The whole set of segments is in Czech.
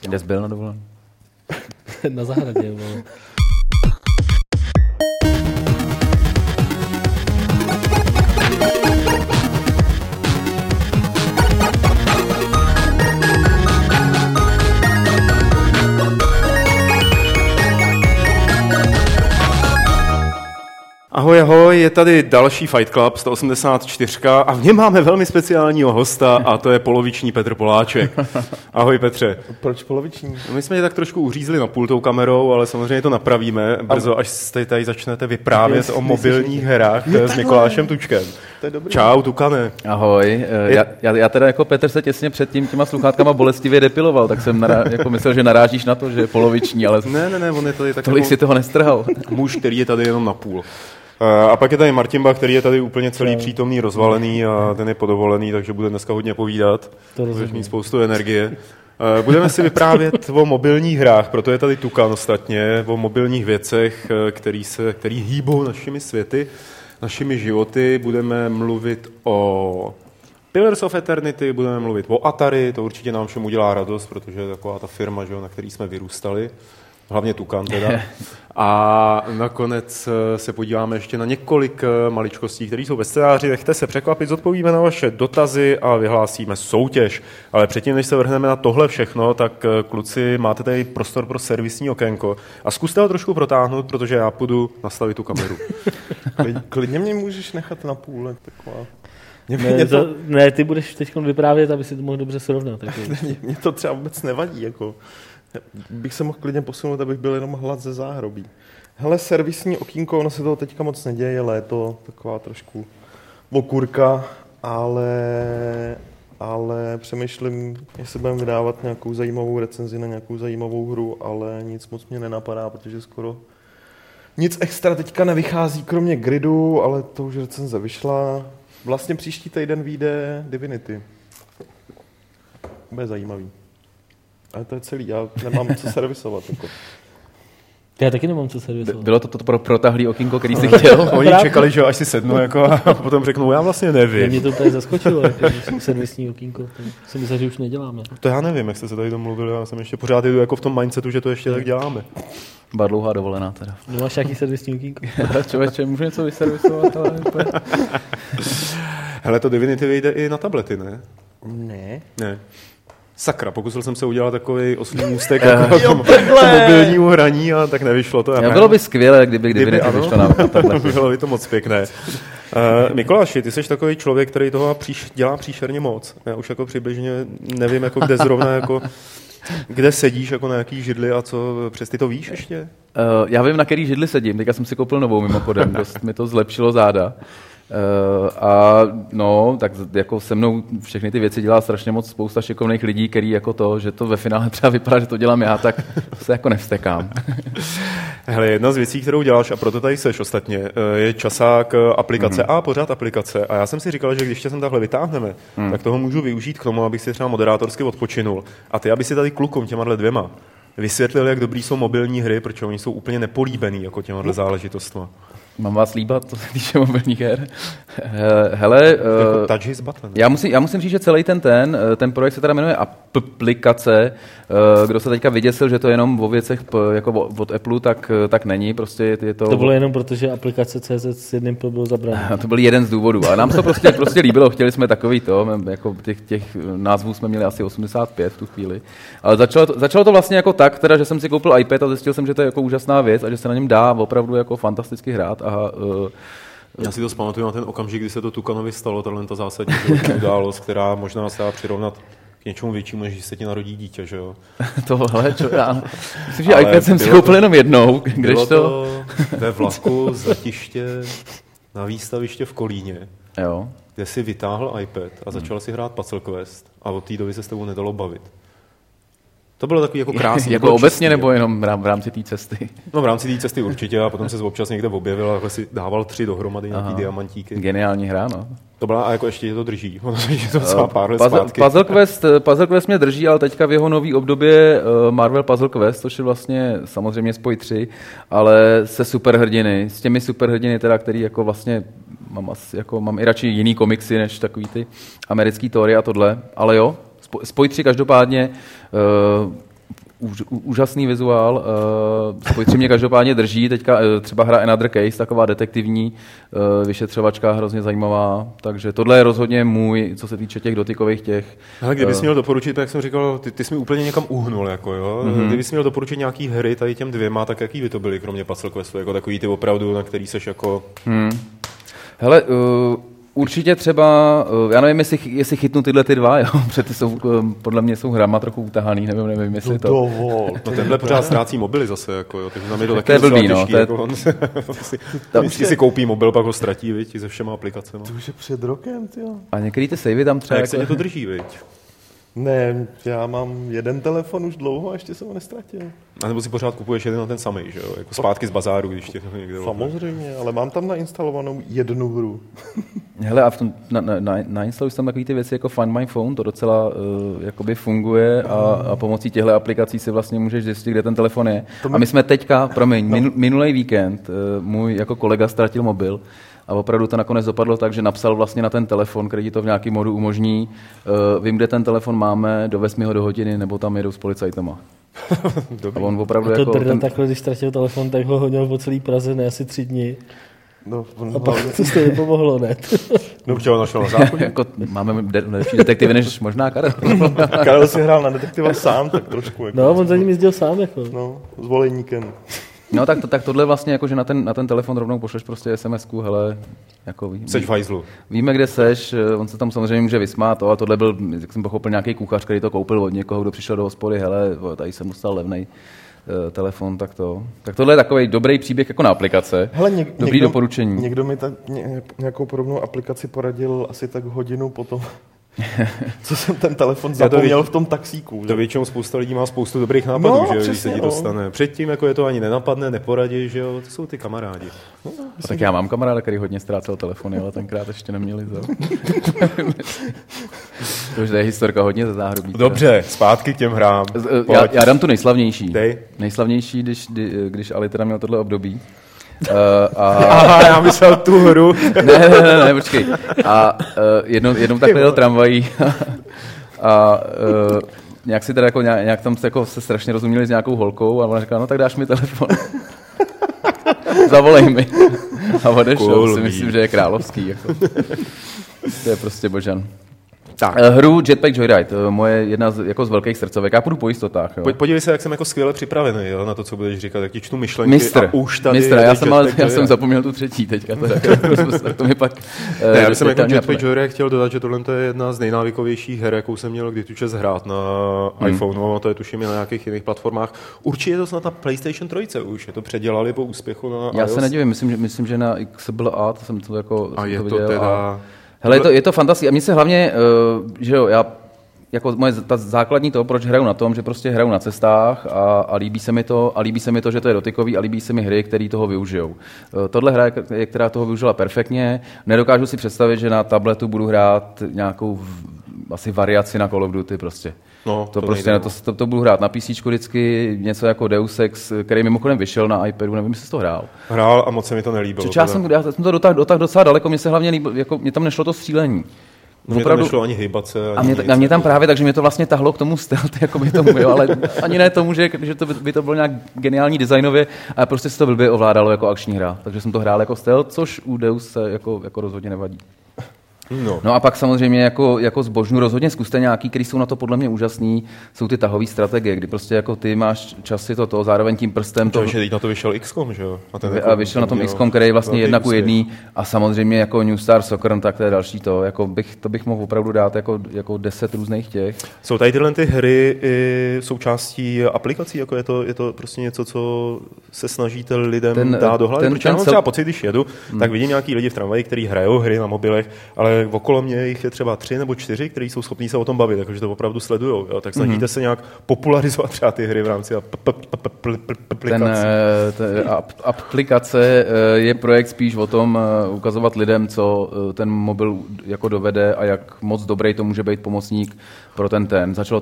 Kde jsi byl na dovolené? Na zahradě. Ahoj, ahoj, je tady další Fight Club 184 a v něm máme velmi speciálního hosta a to je poloviční Petr Poláček. Ahoj Petře. Proč poloviční? My jsme tě tak trošku uřízli na půl tou kamerou, ale samozřejmě to napravíme brzo, až tady začnete vyprávět o mobilních hrách s Mikulášem Tučkem. To je dobrý. Čau, Tukane. Ahoj, já teda jako Petr se těsně před těma sluchátkama bolestivě depiloval, tak jsem jako myslel, že narážíš na to, že je poloviční, ale Ne, on je tady tak tolik si toho nestrhal. muž, který je tady jenom na půl. A pak je tady Martin Bach, který je tady úplně celý přítomný, rozvalený a ten je podovolený, takže bude dneska hodně povídat. Budeš mít spoustu energie. Budeme si vyprávět o mobilních hrách, proto je tady Tukan ostatně, o mobilních věcech, který hýbou našimi světy, našimi životy. Budeme mluvit o Pillars of Eternity, budeme mluvit o Atari, to určitě nám všem udělá radost, protože je taková ta firma, že, na který jsme vyrůstali. Hlavně Tukan teda. A nakonec se podíváme ještě na několik maličkostí, které jsou ve scénáři. Nechte se překvapit, zodpovíme na vaše dotazy a vyhlásíme soutěž. Ale předtím, než se vrhneme na tohle všechno, tak kluci, máte tady prostor pro servisní okénko. A zkuste ho trošku protáhnout, protože já půjdu nastavit tu kameru. Klidně mě můžeš nechat na půl. Taková. Ne, ty budeš teď vyprávět, aby si to mohl dobře srovnat. Mě to třeba vůbec nevadí. Jako. Bych se mohl klidně posunout, abych byl jenom hlad ze záhrobí. Hele, servisní okýnko, ono se toho teďka moc neděje, je léto, taková trošku okurka, ale přemýšlím, jestli budeme vydávat nějakou zajímavou recenzi na nějakou zajímavou hru, ale nic moc mě nenapadá, protože skoro nic extra teďka nevychází, kromě Gridu, ale to už recenze vyšla. Vlastně příští týden vyjde Divinity. Bude zajímavý. Ale to je celý, já nemám co servisovat. Jako. Já taky nemám co servisovat. Bylo to pro protahlý okýnko, který jsi chtěl? Oni čekali, že až si sednu jako, a potom řeknou, já vlastně nevím. Mě to úplně zaskočilo, jako, servisní okýnko. To jsem myslel, že už neděláme. To já nevím, jak jste se tady domluvili, já jsem ještě pořád jdu jako v tom mindsetu, že to ještě tak děláme. Byla dlouhá dovolená teda. Máš nějaký servisní okýnko? Člověče, můžu něco vyservisovat, ale úplně... Hele, to Divinity vyjde i na tablety, ne? Ne. Sakra, pokusil jsem se udělat takový oslý můstek jako mobilního hraní a tak nevyšlo to. Bylo by skvělé, kdyby Divinity vyšlo na tablety. Bylo by to moc pěkné. Mikuláši, ty jsi takový člověk, který toho dělá příšerně moc. Já už jako přibližně nevím, jako kde zrovna, jako, kde sedíš, jako na jaký židli a co, přes ty to víš ještě? Já vím, na který židli sedím, teďka jsem si koupil novou mimochodem, dost mi to zlepšilo záda. A no, tak jako se mnou všechny ty věci dělá strašně moc spousta šikovných lidí, který jako to, že to ve finále třeba vypadá, že to dělám já, tak se jako nevstekám. Hele, jedna z věcí, kterou děláš, a proto tady seš ostatně, je časák aplikace a pořád aplikace. A já jsem si říkal, že když tě sem takhle vytáhneme, tak toho můžu využít k tomu, abych si třeba moderátorsky odpočinul. A ty, aby si tady klukům těma dvěma vysvětlil, jak dobrý jsou mobilní hry, protože oni jsou úplně nepolíbený jako těma záležitostma. Mám vás líbat, to se týče mobilních her. Hele, touch his button. Já musím říct, že celý ten projekt se teda jmenuje aplikace. Kdo se teďka vyděsil, že to je jenom o věcech jako od Apple, tak není. Prostě je to... To bylo jenom proto, že aplikace CZ s jedním bylo zabrané. To byl jeden z důvodů. Ale nám to prostě líbilo. Chtěli jsme takový to, jako těch názvů jsme měli asi 85 v tu chvíli. Ale začalo to vlastně jako tak, teda, že jsem si koupil iPad a zjistil jsem, že to je jako úžasná věc a že se na něm dá opravdu jako fantasticky hrát. Já si to zpamatuju na ten okamžik, kdy se to Tukanovi stalo, ta zásadní událost, která možná se dá přirovnat k něčemu většímu, než se ti narodí dítě, že jo? Tohle, já myslím, že iPad jsem si koupil jenom jednou, bylo to ve vlaku z letiště na výstaviště v Kolíně, jo. Kde si vytáhl iPad a začal si hrát Puzzle Quest a od té doby se s tebou nedalo bavit. To bylo takový jako krásný. Jako obecně nebo jenom v rámci té cesty? No v rámci té cesty určitě a potom se občas někde objevil a takhle si dával 3 dohromady nějaký diamantíky. Geniální hra, no. To byla a jako ještě to drží. Je to celá pár let zpátky. Puzzle Quest mě drží, ale teďka v jeho nový obdobě Marvel Puzzle Quest, což je vlastně samozřejmě spoj 3, ale se superhrdiny, s těmi superhrdiny teda, který jako vlastně mám i radši jiný komiksy než takový ty americký Tory a tohle, ale jo. Spoj 3 každopádně úžasný vizuál, spojitři mě každopádně drží, teďka třeba hra Another Case, taková detektivní vyšetřovačka, hrozně zajímavá, takže tohle je rozhodně můj, co se týče těch dotykových těch. Ale kdybys měl doporučit, tak jak jsem říkal, ty jsi mi úplně někam uhnul, jako jo. Kdybys měl doporučit nějaký hry tady těm dvěma, tak jaký by to byly, kromě Puzzle Questu, jako takový ty opravdu, na který seš jako... Hele, určitě třeba, já nevím, jestli chytnu tyhle ty dva, jo, protože ty jsou, podle mě jsou hrama trochu utahaný, nevím, jestli to... Dovol. No tenhle pořád ztrácí mobily zase, jako jo, takže nám je to taky to je blbý, no, těžký, jako on vždycky si koupí mobil, pak ho ztratí, viď, se všema aplikacemi. To už je před rokem, tyjo. A některý ty savey tam třeba... A jak se tě to drží, viď? Ne, já mám jeden telefon už dlouho a ještě jsem ho nestratil. A nebo si pořád kupuješ jeden na ten samý, že jo? Jako zpátky z bazáru, když tě to někde... Samozřejmě, ale mám tam nainstalovanou jednu hru. Hele, a v tom, nainstaluješ tam takový ty věci jako Find My Phone, to docela jakoby funguje a pomocí těchto aplikací si vlastně můžeš zjistit, kde ten telefon je. A my jsme teďka, minulý víkend, můj jako kolega ztratil mobil. A opravdu to nakonec dopadlo tak, že napsal vlastně na ten telefon, který to v nějaký modu umožní. Vím, kde ten telefon máme, dovez mi ho do hodiny, nebo tam jedou s policajtama. A on opravdu a to jako... ten... takhle, když ztratil telefon, tak ho honil po celý Praze, ne asi 3 dny. No, a pak to stejně pomohlo, ne? No, protože ho našel na záchodě. Jako, máme lepší detektivy než možná Karel. Karel si hrál na detektiva sám, tak trošku. Jako, no, on za ním jezdil sám. Jako. No, s voleníkem. No tak tohle vlastně, jako, že na ten telefon rovnou pošleš prostě SMS-ku, hele, jako seš v hajzlu. Víme, kde seš, on se tam samozřejmě může vysmát, a tohle byl, jak jsem pochopil, nějaký kuchař, který to koupil od někoho, kdo přišel do hospody, hele, tady jsem dostal levnej telefon, tak tohle je takový dobrý příběh jako na aplikace. Hele, dobrý doporučení. Někdo mi nějakou podobnou aplikaci poradil asi tak hodinu potom, co jsem ten telefon zapomněl v tom taxíku. To většinou spousta lidí má spoustu dobrých nápadů, no, že když se ti dostane. Předtím, jako je to ani nenapadne, neporadí, že jo, to jsou ty kamarádi. No, tak já mám kamaráda, který hodně ztrácel telefony, ale tenkrát ještě neměli to. To už je historka hodně ze záhrubí. Dobře, zpátky k těm hrám. Já dám tu nejslavnější. Dej. Nejslavnější, když Ali teda měl tohle období. Aha, já myslel tu hru. ne, počkej. A jednou takhle jel tramvají a nějak si teda jako, nějak tam se strašně rozuměli s nějakou holkou a ona říkala, no tak dáš mi telefon. Zavolej mi. A odešel, si myslím, že je královský. Jako. To je prostě božan. Tak. Hru Jetpack Joyride, moje jedna z velkých srdcovek. Já půjdu po jistotách. Jo. Podívej se, jak jsem jako skvěle připravený, jo, na to, co budeš říkat, jak ti čtu myšlenky a už tady... Mistr, já jsem zapomněl tu třetí teďka. To mi pak... Ne, já jsem jako Jetpack Joyride chtěl dodat, že tohle je jedna z nejnávykovějších her, jakou jsem měl kdy tu čas hrát na iPhone, no, to je tuším i na nějakých jiných platformách. Určitě je to snad na PlayStation 3 už, je to předělali po úspěchu na iOS. Já se nedivím, myslím, že na XBLA, to jsem to jako... A je to teda... Hele, je to fantastické. A mně se hlavně, že jo, já jako moje ta základní to, proč hraju na tom, že prostě hraju na cestách a líbí se mi to, že to je dotykový a líbí se mi hry, které toho využijou. Tohle hra je, která toho využila perfektně. Nedokážu si představit, že na tabletu budu hrát nějakou asi variaci na Call of Duty prostě. No, to prostě to budu hrát na PC vždycky, něco jako Deus Ex, který mimochodem vyšel na iPadu, nevím, jestli jsi to hrál. Hrál a moc se mi to nelíbilo. Já jsem to dotáhl docela daleko, mně se hlavně líbilo, jako mě tam nešlo to střílení. Mně tam nešlo ani hýbat se. A mě tam právě, takže mě to vlastně tahlo k tomu stealth, jako by tomu, jo, ale ani ne tomu, že by to bylo nějak geniální designově, ale prostě se to blbě ovládalo jako akční hra. Takže jsem to hrál jako stealth, což u Deus se jako rozhodně nevadí. No a pak samozřejmě jako zbožňu rozhodně zkuste nějaký, který jsou na to podle mě úžasný, jsou ty tahové strategie, kdy prostě jako ty máš čas si to zároveň tím prstem to... Teď na to vyšel XCOM, že jo? A vyšel na tom XCOM, který je vlastně 1:1 a samozřejmě jako New Star Soccer, tak to je další to, jako bych mohl opravdu dát jako 10 různých těch. Jsou tady tyhle ty hry i součástí aplikací, jako je to prostě něco, co se snažíte lidem dát do hlavy? Protože já mám třeba pocit, když jedu, tak vidím nějaký lidi v tramvaji, kteří hrajou hry na mobilech, ale okolo mě jich je třeba 3 nebo 4, kteří jsou schopní se o tom bavit, takže to opravdu sledujou. Jo? Tak snažíte se nějak popularizovat třeba ty hry v rámci aplikace. Aplikace je projekt spíš o tom ukazovat lidem, co ten mobil jako dovede a jak moc dobrý to může být pomocník pro ten. Začalo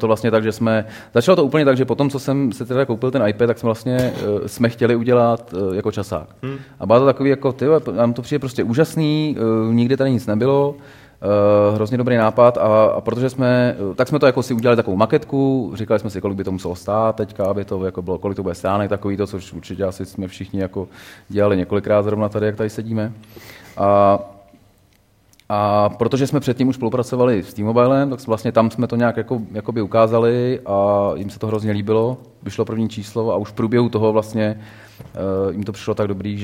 to úplně tak, že potom, co jsem se teda koupil ten iPad, tak jsme chtěli udělat jako časák. A bylo to takový jako, nám to přijde prostě úžasný, nikdy tady nic nebylo. Hrozně dobrý nápad a protože jsme to jako si udělali takovou maketku, říkali jsme si, kolik by to muselo stát teďka, aby to jako bylo, kolik to bude stránek takový to, což určitě asi jsme všichni jako dělali několikrát zrovna tady, jak tady sedíme. A protože jsme předtím už spolupracovali s T-Mobilem, tak vlastně tam jsme to nějak jakoby ukázali a jim se to hrozně líbilo. Vyšlo první číslo a už v průběhu toho vlastně jim to přišlo tak dobrý,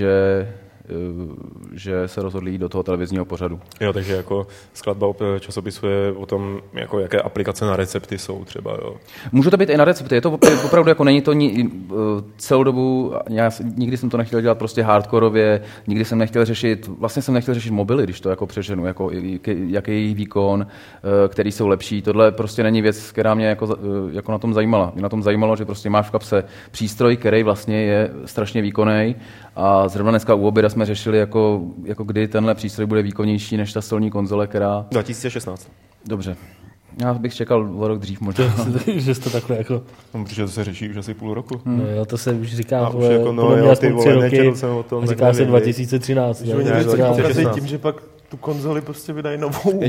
že se rozhodli jít do toho televizního pořadu. Jo, takže jako skladba časopisu je o tom, jako jaké aplikace na recepty jsou třeba, jo. Může to být i na recepty, je to opravdu jako není to celou dobu, nikdy jsem to nechtěl dělat prostě hardkorově, nikdy jsem nechtěl řešit mobily, když to jako přeženu, jako jaký je jejich výkon, který jsou lepší. Tohle prostě není věc, která mě jako na tom zajímala. Mě na tom zajímalo, že prostě máš v kapse přístroj, který vlastně je strašně výkonný a zrovna dneska u Oběda jsme řešili, jako kdy tenhle přístroj bude výkonnější než ta stolní konzole, která... 2016. Dobře. Já bych čekal o rok dřív možná. Že jste takhle jako... No, protože to se řeší už asi půl roku. No jo, to se už říká už jako, aspoň 3 roky. Říká se 2013. Tím, že pak tu konzoli prostě vydají novou.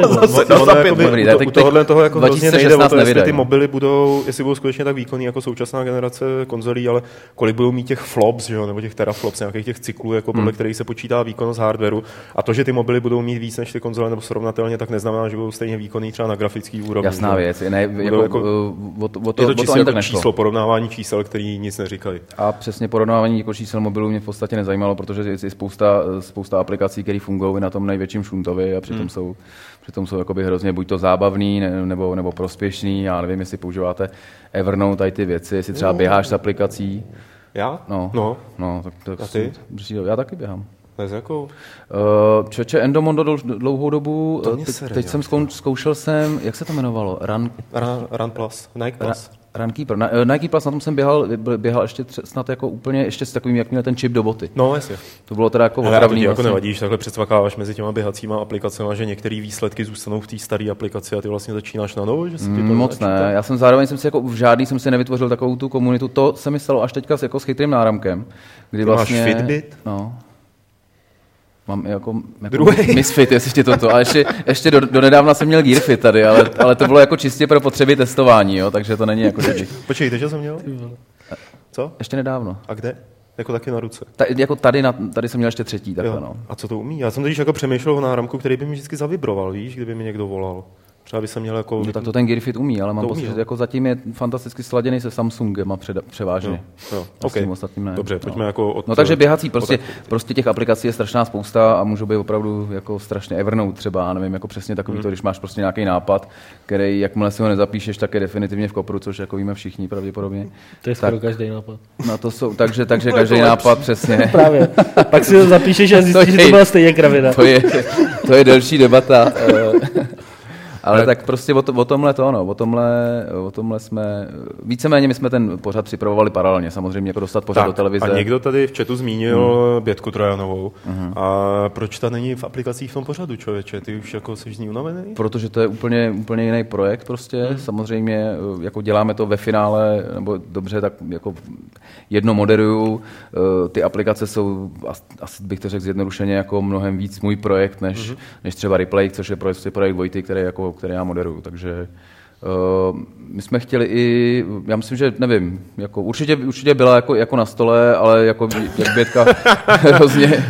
U tohohle toho jako hrozně nejde o to, jestli ty mobily budou skutečně tak výkonný jako současná generace konzolí, ale kolik budou mít těch flops, že jo, nebo těch teraflops, nějakých těch cyklů, jako podle kterých se počítá výkonnost hardwareu. A to, že ty mobily budou mít víc než ty konzole nebo srovnatelně, tak neznamená, že budou stejně výkonný třeba na grafický úrovni. Jasná věc. Je to číslo, porovnávání čísel, který nic neříkají. A přesně porovnávání jako čísel mobilů mě v podstatě nezajímalo, protože je spousta aplikací, které fungují na tom největším šuntovi a přitom jsou jakoby hrozně buď to zábavný nebo prospěšný. Já nevím, jestli používáte Evernote, tady ty věci, jestli třeba běháš s aplikací. Já? No, tak a ty? Já taky běhám. Jako... Endomondo dlouhou dobu, teď jsem zkoušel jak se to jmenovalo? Run Plus, Nike Plus. Runkeeper. Nike Plus, na tom jsem běhal ještě snad jako úplně, ještě s takovým, jak měl ten čip do boty. No, jasně. To bylo teda jako otravný. Jako nevadíš, takhle předsvakáváš mezi těma běhacíma aplikacemi, že některé výsledky zůstanou v té staré aplikaci a ty vlastně začínáš na novo, že si ty to moc ne. Já jsem zároveň v žádný jsem si nevytvořil takovou tu komunitu. To se mi stalo až teďka jako s chytrým náramkem, kdy vlastně máš Fitbit? No. Mám jako Misfit, jestli ti toto. A ještě do nedávna jsem měl Gearfit tady, ale to bylo jako čistě pro potřeby testování, jo, takže to není jako děti. Počkej, že jsem měl? Co? Ještě nedávno. A kde? Jako taky na ruce? Jako tady jsem měl ještě třetí, takhle, no. A co to umí? Já jsem totiž jako přemýšlel o náramku, který by mi vždycky zavibroval, víš, kdyby mi někdo volal. Třeba by jsem měl jako... No, tak to ten Gearfit umí, ale mám pocit, že jako zatím je fantasticky sladěný se Samsungem a převážně. Jo. Okay. Ostatním ne. Dobře, pojďme jako... No takže běhací, prostě těch aplikací je strašná spousta a můžou být opravdu jako strašně Evernote třeba, nevím, jako přesně takový to, když máš prostě nějaký nápad, který jakmile si ho nezapíšeš, tak je definitivně v kopru, což jako víme všichni pravděpodobně. To je skoro každý nápad. No to jsou, takže každý nápad přesně. Právě. Pak si ho zapíšeš a zjistíš, že to byla stejně kravina. To je delší debata. Ale tak prostě o tomhle jsme, víceméně my jsme ten pořad připravovali paralelně, samozřejmě jako dostat pořad do televize. A někdo tady v chatu zmínil Bětku Trojanovou. A proč ta není v aplikacích v tom pořadu, člověče? Ty už jako jsi z ní unavený? Protože to je úplně jiný projekt prostě. Samozřejmě jako děláme to ve finále, nebo dobře, tak jako jedno moderuju. Ty aplikace jsou, asi bych to řekl zjednodušeně, jako mnohem víc můj projekt, než třeba Replay, což je projekt Vojty, který já moderuju, takže my jsme chtěli i, já myslím, že nevím, jako určitě byla jako na stole, ale jako jak Bětka hrozně.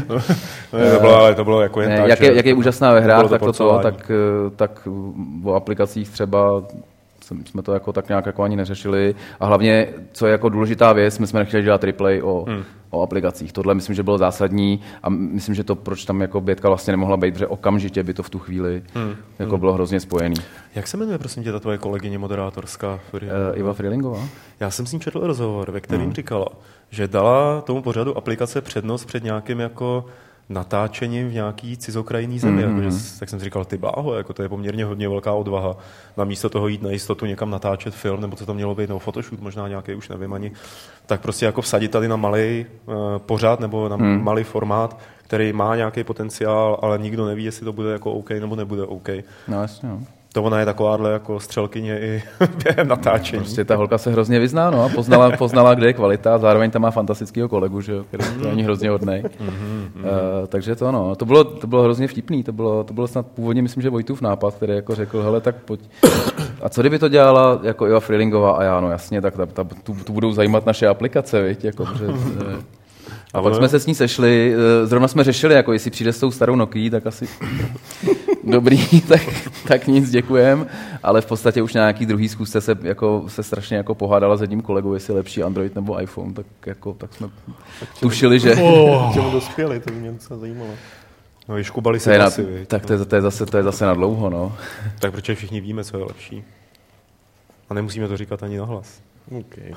To bylo jako jen tak, jak je úžasná ve hrách, tak o aplikacích třeba jsme to jako tak nějak jako ani neřešili. A hlavně, co je jako důležitá věc, my jsme nechtěli dělat replay o aplikacích. Tohle myslím, že bylo zásadní a myslím, že to, proč tam jako Bětka vlastně nemohla být, protože okamžitě by to v tu chvíli jako bylo hrozně spojený. Jak se jmenuje, prosím tě, ta tvoje kolegyně moderátorská? Iva Frýlingová. Já jsem s ní četl rozhovor, ve kterým říkala, že dala tomu pořadu aplikace přednost před nějakým jako natáčením v nějaký cizokrajinný zemi. Tak jsem si říkal, ty bláho, jako to je poměrně hodně velká odvaha. Namísto toho jít na jistotu někam natáčet film, nebo co to mělo být, nebo photoshoot, možná nějaký, už nevím ani. Tak prostě jako vsadit tady na malý pořad nebo na malý formát, který má nějaký potenciál, ale nikdo neví, jestli to bude jako OK nebo nebude OK. No jasně, no. To ona je takováhle jako střelkyně i během natáčení. Prostě ta holka se hrozně vyzná, no, a poznala, kde je kvalita, a zároveň tam má fantastického kolegu, že jo, který je ani hrozně hodnej. Takže to, no, to bylo hrozně vtipný, to bylo snad původně, myslím, že Vojtův nápad, který jako řekl, hele, tak pojď. A co kdyby to dělala jako Eva Freelingová? A já, no jasně, tak tu budou zajímat naše aplikace, viď, jako, a pak jsme se s ní sešli, zrovna jsme řešili, jako jestli přijde s tou starou Nokií, tak asi dobrý, tak nic, děkujem, ale v podstatě už na nějaký druhý zkusce se strašně jako pohádala s jedním kolegou, jestli lepší Android nebo iPhone, tak jsme tušili, že... K čemu dospěli, to mě docela zajímalo. No, vyškubali se asi, tak to je zase na dlouho, no. Tak protože všichni víme, co je lepší. A nemusíme to říkat ani nahlas. Okay.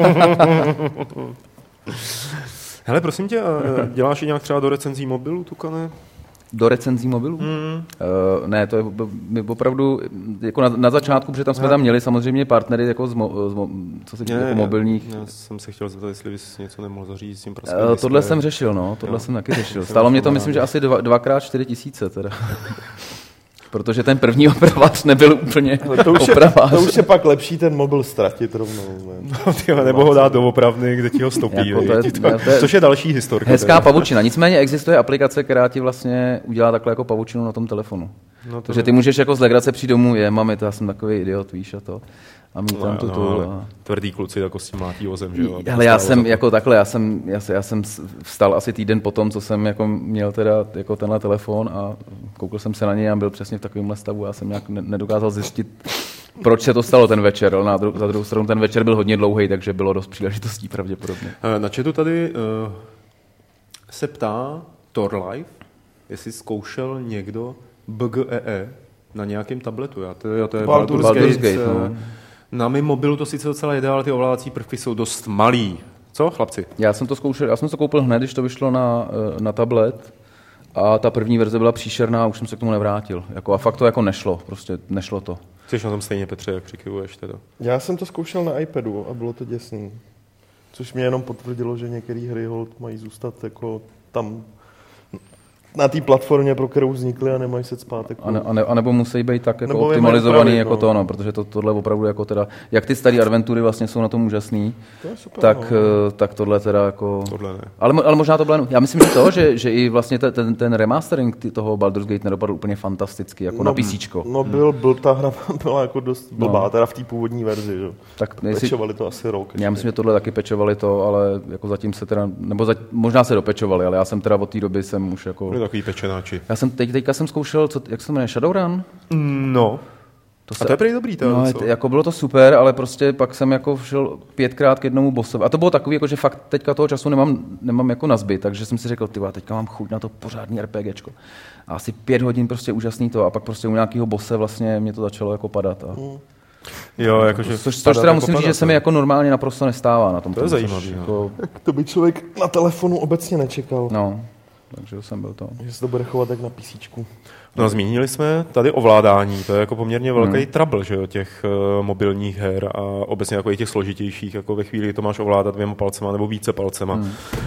Hele, prosím tě, děláš i nějak třeba do recenzí mobilů, Tukane? Do recenzí mobilů? Ne, to je opravdu jako na začátku, protože jsme tam měli samozřejmě partnery jako co se týče jako mobilních. Já jsem se chtěl zeptat, jestli bys něco nemohl zařídit s tím tohle jsem řešil, no, jsem taky řešil. Stálo mě to, myslím, že asi 2x4 tisíce teda. Protože ten první opravář nebyl úplně opravář. To už je pak lepší ten mobil ztratit rovnou. Nebo ho dát do opravny, kde ti ho stopí. Jako což je další historka. Hezká pavučina. Nicméně existuje aplikace, která ti vlastně udělá takhle jako pavučinu na tom telefonu. No takže ty můžeš jako z legrace přijít domů, mami, to já jsem takový idiot, víš, a to. A mít tam tvrdý kluci jako s tím mlátí vozem, že jo? Ale já jsem jako takhle, já jsem vstal asi týden potom, co jsem jako měl teda jako tenhle telefon a koukal jsem se na něj a byl přesně v takovémhle stavu. Já jsem nějak nedokázal zjistit, proč se to stalo ten večer. Za druhou stranu ten večer byl hodně dlouhý, takže bylo dost příležitostí pravděpodobně. Na chatu tady se ptá TorLife, jestli zkoušel někdo BGEE na nějakém tabletu. To je Baldur's Gate. No. Na mém mobilu to sice docela jde, ale ty ovládací prvky jsou dost malý. Co, chlapci? Já jsem to koupil hned, když to vyšlo na tablet a ta první verze byla příšerná a už jsem se k tomu nevrátil. A fakt to jako nešlo to. Jsi na tom stejně, Petře, jak přikyvuješ teda? Já jsem to zkoušel na iPadu a bylo to děsný. Což mě jenom potvrdilo, že některé hry hold mají zůstat jako tam na té platformě, pro kterou vznikly a nemají se zpátek. A nebo musí být tak jako optimalizovaný jako to, no, protože tohle opravdu jako teda, jak ty staré adventury vlastně jsou na tom úžasný, to je super, tak tohle teda jako... Tohle ne. Ale možná to bylo, já myslím, že i vlastně ten remastering toho Baldur's Gate nedopadl úplně fantasticky, jako na PCčko. No ta hra byla jako dost blbá, teda v té původní verzi, že? Tak pečovali to asi rok. Já myslím, že tohle taky pečovali to, ale jako zatím se teda, možná se dopečovali, ale já jsem teda od té doby jsem už jako... Takový pečenáči. Já jsem teďka jsem zkoušel, jak se jmenuje, Shadowrun? No. A to je prý dobrý. Jako bylo to super, ale prostě pak jsem jako šel 5krát k jednomu bossovi. A to bylo takový, jako, že fakt teďka toho času nemám jako nazbyt, takže jsem si řekl, teďka mám chuť na to pořádný RPGčko. A asi 5 hodin prostě úžasný to a pak prostě u nějakého bosse vlastně mě to začalo jako padat. Jo, jakože což teda musím říct, že se mi jako normálně naprosto nestává na tom. To je zajímavý. Jako... To by člověk na telefonu obecně nečekal. No. Takže jsem byl to. Že se to bude chovat jak na PCčku. No a zmínili jsme tady ovládání, to je jako poměrně velký trouble, že jo, těch mobilních her a obecně jako i těch složitějších, jako ve chvíli, to máš ovládat 2 palcema nebo více palcema.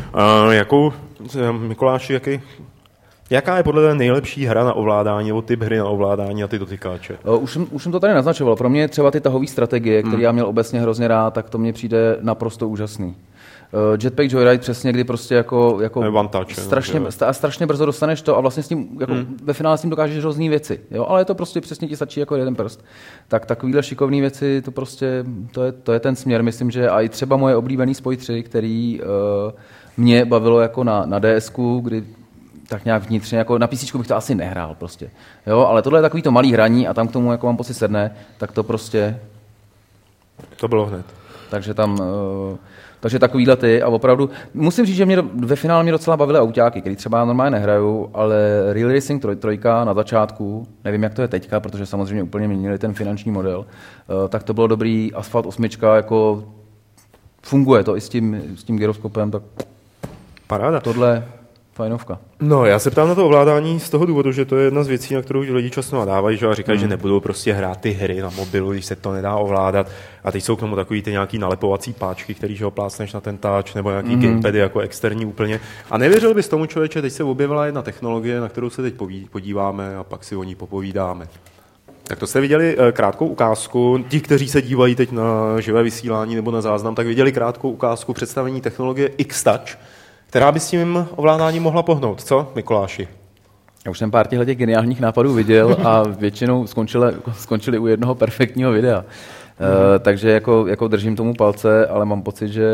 Mikuláši, jaká je podle tebe nejlepší hra na ovládání nebo typ hry na ovládání a ty dotykáče? Už jsem to tady naznačoval. Pro mě třeba ty tahové strategie, které já měl obecně hrozně rád, tak to mně přijde naprosto úžasný. Jetpack Joyride přesně, kdy prostě jako strašně brzo dostaneš to a vlastně s tím, jako ve finále s tím dokážeš hrozný věci. Jo? Ale je to prostě přesně ti stačí jako jeden prst. Tak takovýhle šikovný věci, to prostě, to je ten směr. Myslím, že i třeba moje oblíbený Spoj 3, který mě bavilo jako na DSku, kdy tak nějak vnitřně, jako na PCčku bych to asi nehrál prostě. Jo? Ale tohle je takový to malý hraní a tam k tomu jako mám pocit sedne, tak to prostě... To bylo hned. Takže takovýhle ty a opravdu, musím říct, že ve finále mě docela bavily autáky, který třeba normálně nehraju, ale Real Racing 3 na začátku, nevím, jak to je teďka, protože samozřejmě úplně měnili ten finanční model, tak to bylo dobrý, Asphalt 8, jako funguje to i s tím gyroskopem, tak paráda. Tohle fajnovka. No, já se ptám na to ovládání z toho důvodu, že to je jedna z věcí, na kterou lidi často nadávají, že a říkají, že nebudou prostě hrát ty hry na mobilu, když se to nedá ovládat. A teď jsou k tomu takový ty nějaký nalepovací páčky, který že ho plácneš na ten touch, nebo nějaký gamepady jako externí úplně. A nevěřil bys tomu, člověče, teď se objevila jedna technologie, na kterou se teď podíváme a pak si o ní popovídáme. Tak to jste viděli krátkou ukázku. Ti, kteří se dívají teď na živé vysílání nebo na záznam, tak viděli krátkou ukázku představení technologie X-Touch, která by s tím ovládáním mohla pohnout. Co, Mikuláši? Já už jsem pár těch geniálních nápadů viděl a většinou skončili u jednoho perfektního videa. Takže jako držím tomu palce, ale mám pocit, že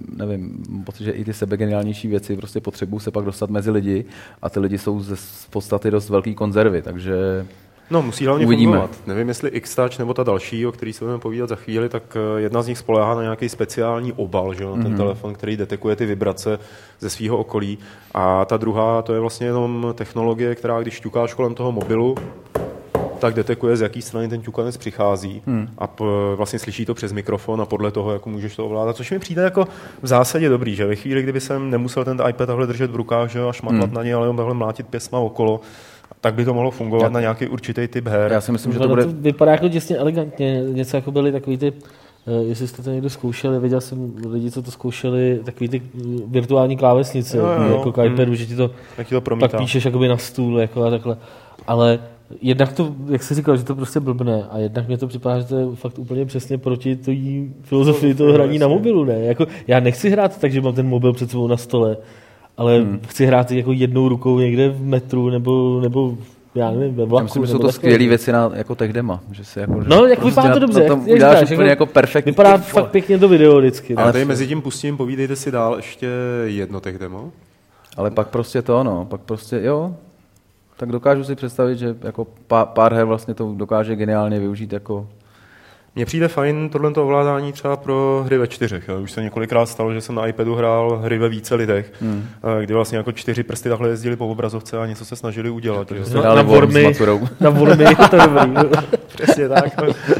i ty sebegeniálnější věci prostě potřebují se pak dostat mezi lidi a ty lidi jsou v podstatě dost velký konzervy, takže no, musí hlavně uvidíme. fungovat. Nevím, jestli X-Touch nebo ta další, o který se budeme povídat za chvíli, tak jedna z nich spoléhá na nějaký speciální obal, že ten telefon, který detekuje ty vibrace ze svého okolí. A ta druhá, to je vlastně jenom technologie, která když ťukáš kolem toho mobilu, tak detekuje, z jaký strany ten ťukanec přichází a vlastně slyší to přes mikrofon a podle toho, jako můžeš to ovládat. Což mi přijde jako v zásadě dobrý, že ve chvíli, kdyby jsem nemusel ten iPad takhle držet v rukách, že a šmatlat na něj, ale jenom takhle mlátit pěsma okolo, tak by to mohlo fungovat na nějaký určitý typ her. Já si myslím, že to bude... To vypadá jako děsně elegantně, něco jako byly takový ty, jestli jste to někdo zkoušeli, viděl jsem lidi, co to zkoušeli, takový ty virtuální klávesnice, jako k iPadu, že ti to pak píšeš jakoby na stůl jako a takhle. Ale jednak to, jak jsi říkal, že to prostě blbne a jednak mě to připadá, že to je fakt úplně přesně proti té filozofii toho hraní na mobilu, ne? Jako, já nechci hrát tak, že mám ten mobil před sebou na stole, ale chci hrát jako jednou rukou někde v metru nebo já nevím, ve vlaku. Myslím, že jsou to skvělé věci na jako tech dema. Že si jako, no, jak vypadá to dobře. Uděláš úplně jako perfektní. Vypadá fakt pěkně to video vždycky. Ale tady mezi tím pustím, povídejte si dál ještě jedno tech demo. Ale pak prostě jo. Tak dokážu si představit, že jako pár her vlastně to dokáže geniálně využít jako... Mně přijde fajn tohleto ovládání třeba pro hry ve 4. Už se několikrát stalo, že jsem na iPadu hrál hry ve více lidech, kdy vlastně jako 4 prsty takhle jezdili po obrazovce a něco se snažili udělat. Na Wormy, je to dobrý. Přesně tak.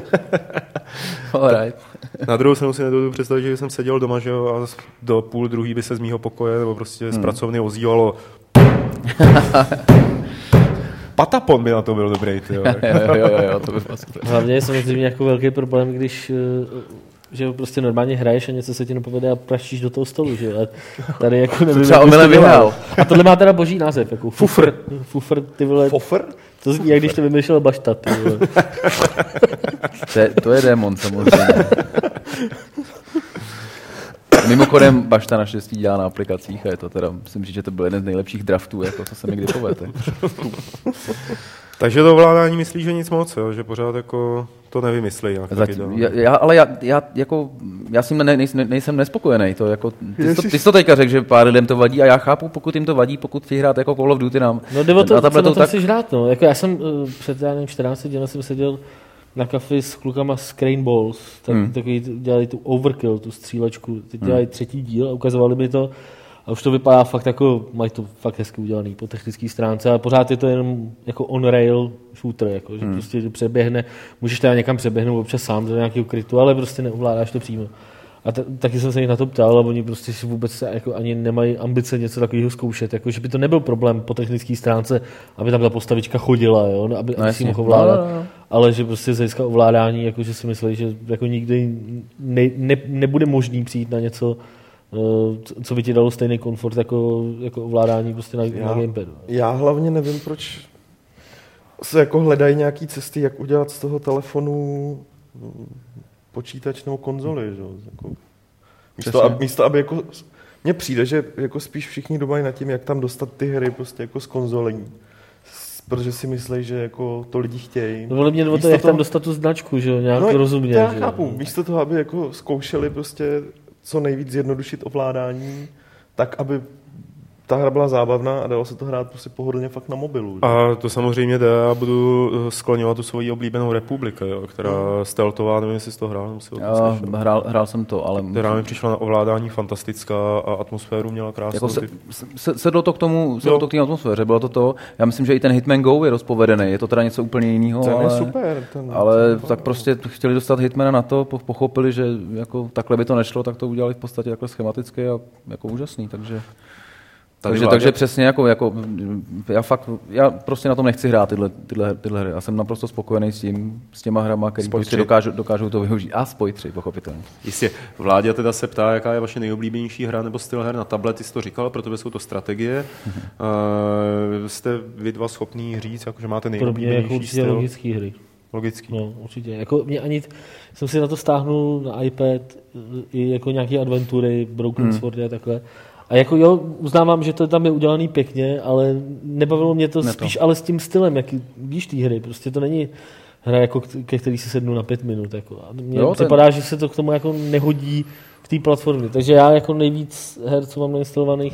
Alright. Na druhou stranu si nedovedu představit, že jsem seděl doma, že jo, a do půl druhý by se z mýho pokoje nebo prostě z pracovny ozývalo Patapon by na to byl dobrý. Jo, to by bylo super. Hlavně je samozřejmě jako velký problém, když že prostě normálně hraješ a něco se ti nepovede a praštíš do toho stolu, že? A tady jako nevím, třeba omylem vyhrál. A tohle má teda boží název, jako fufr. Fufr, ty vole. Fofr? To zní, jak když to vymýšlel Bašta, ty vole. To je démon, samozřejmě. Mimochodem, Bašta naštěstí dělá na aplikacích a je to teda, musím říct, že to byl jeden z nejlepších draftů, jako co se mi kdy povedl. Takže to ovládání myslíš, že nic moc, jo? Že pořád jako to nevymyslí. Já s tím nejsem nespokojený. To jako, ty jsi to teďka řekl, že pár lidem to vadí a já chápu, pokud jim to vadí, pokud chtějí hrát jako Call of Duty nám. No jde o to, co na tom chceš hrát. No. Jako já jsem před 14 dny jsem seděl na kafi s klukama z Crane Balls, takový dělali tu Overkill, tu střílečku, teď dělají 3. díl a ukazovali mi to a už to vypadá fakt jako, mají to fakt hezky udělaný po technické stránce, ale pořád je to jenom jako on-rail shooter, jako, že prostě přeběhne, můžeš teda někam přeběhnout občas sám do nějakého krytu, ale prostě neovládáš to přímo. A taky jsem se jich na to ptal, a oni prostě si vůbec jako ani nemají ambice něco takového zkoušet, jako, že by to nebyl problém po technické stránce, aby tam ta postavička chodila, jo, aby si mohl ovládat, ale že prostě z hlediska ovládání, jako, že si myslí, že jako nikdy nebude možný přijít na něco, co by ti dalo stejný komfort jako ovládání prostě na gamepadu. Já hlavně nevím, proč se jako hledají nějaký cesty, jak udělat z toho telefonu počítač nebo konzoli. Že? Jako, místo, aby jako... Mně přijde, že jako spíš všichni dobají nad tím, jak tam dostat ty hry prostě jako z konzolení. Protože si myslí, že jako to lidi chtějí. No ale mě o to, jak tam dostat tu značku, že jo, nějak rozumně. Já chápu. Místo toho, aby jako zkoušeli prostě co nejvíc zjednodušit ovládání, tak aby ta hra byla zábavná a dalo se to hrát prostě pohodlně fakt na mobilu. Že? A to samozřejmě jde, já budu skloňovat tu svoji oblíbenou Republiku, jo, která stealthová, nevím, jestli jsi to hrál. Hrál jsem to, ale... Která mi přišla na ovládání fantastická a atmosféru měla krásnou. Jako sedlo to k té atmosféře, bylo to. Já myslím, že i ten Hitman Go je rozpovedený, je to teda něco úplně jiného. Ten je super. Ale tak prostě chtěli dostat Hitmana na to, pochopili, že jako takhle by to nešlo, tak to udělali v podstatě takhle schematicky a jako úžasný, takže přesně jako já prostě na tom nechci hrát tyhle hry. Já jsem naprosto spokojený s těma hrama, který prostě dokážou to využít. A Spoj 3, pochopitelně. Jistě. Vláďa teda se ptá, jaká je vaše nejoblíbenější hra nebo styl her na tablet, ty jsi to říkal, protože jsou to strategie. Jste vy dva schopní říct, jako, že máte nejoblíbenější styl? Logické hry. Logický. No, určitě. Jako mě ani, jsem si na to stáhnul na iPad i jako nějaké adventury, Broken Sword a takhle. A jako jo, uznávám, že to tam je udělaný pěkně, ale nebavilo mě to spíš ale s tím stylem, jaký víš té hry. Prostě to není hra, jako, ke který si sednu na 5 minut. Jako. A mně připadá, že se to k tomu jako nehodí v té platformě. Takže já jako nejvíc her, co mám nainstalovaných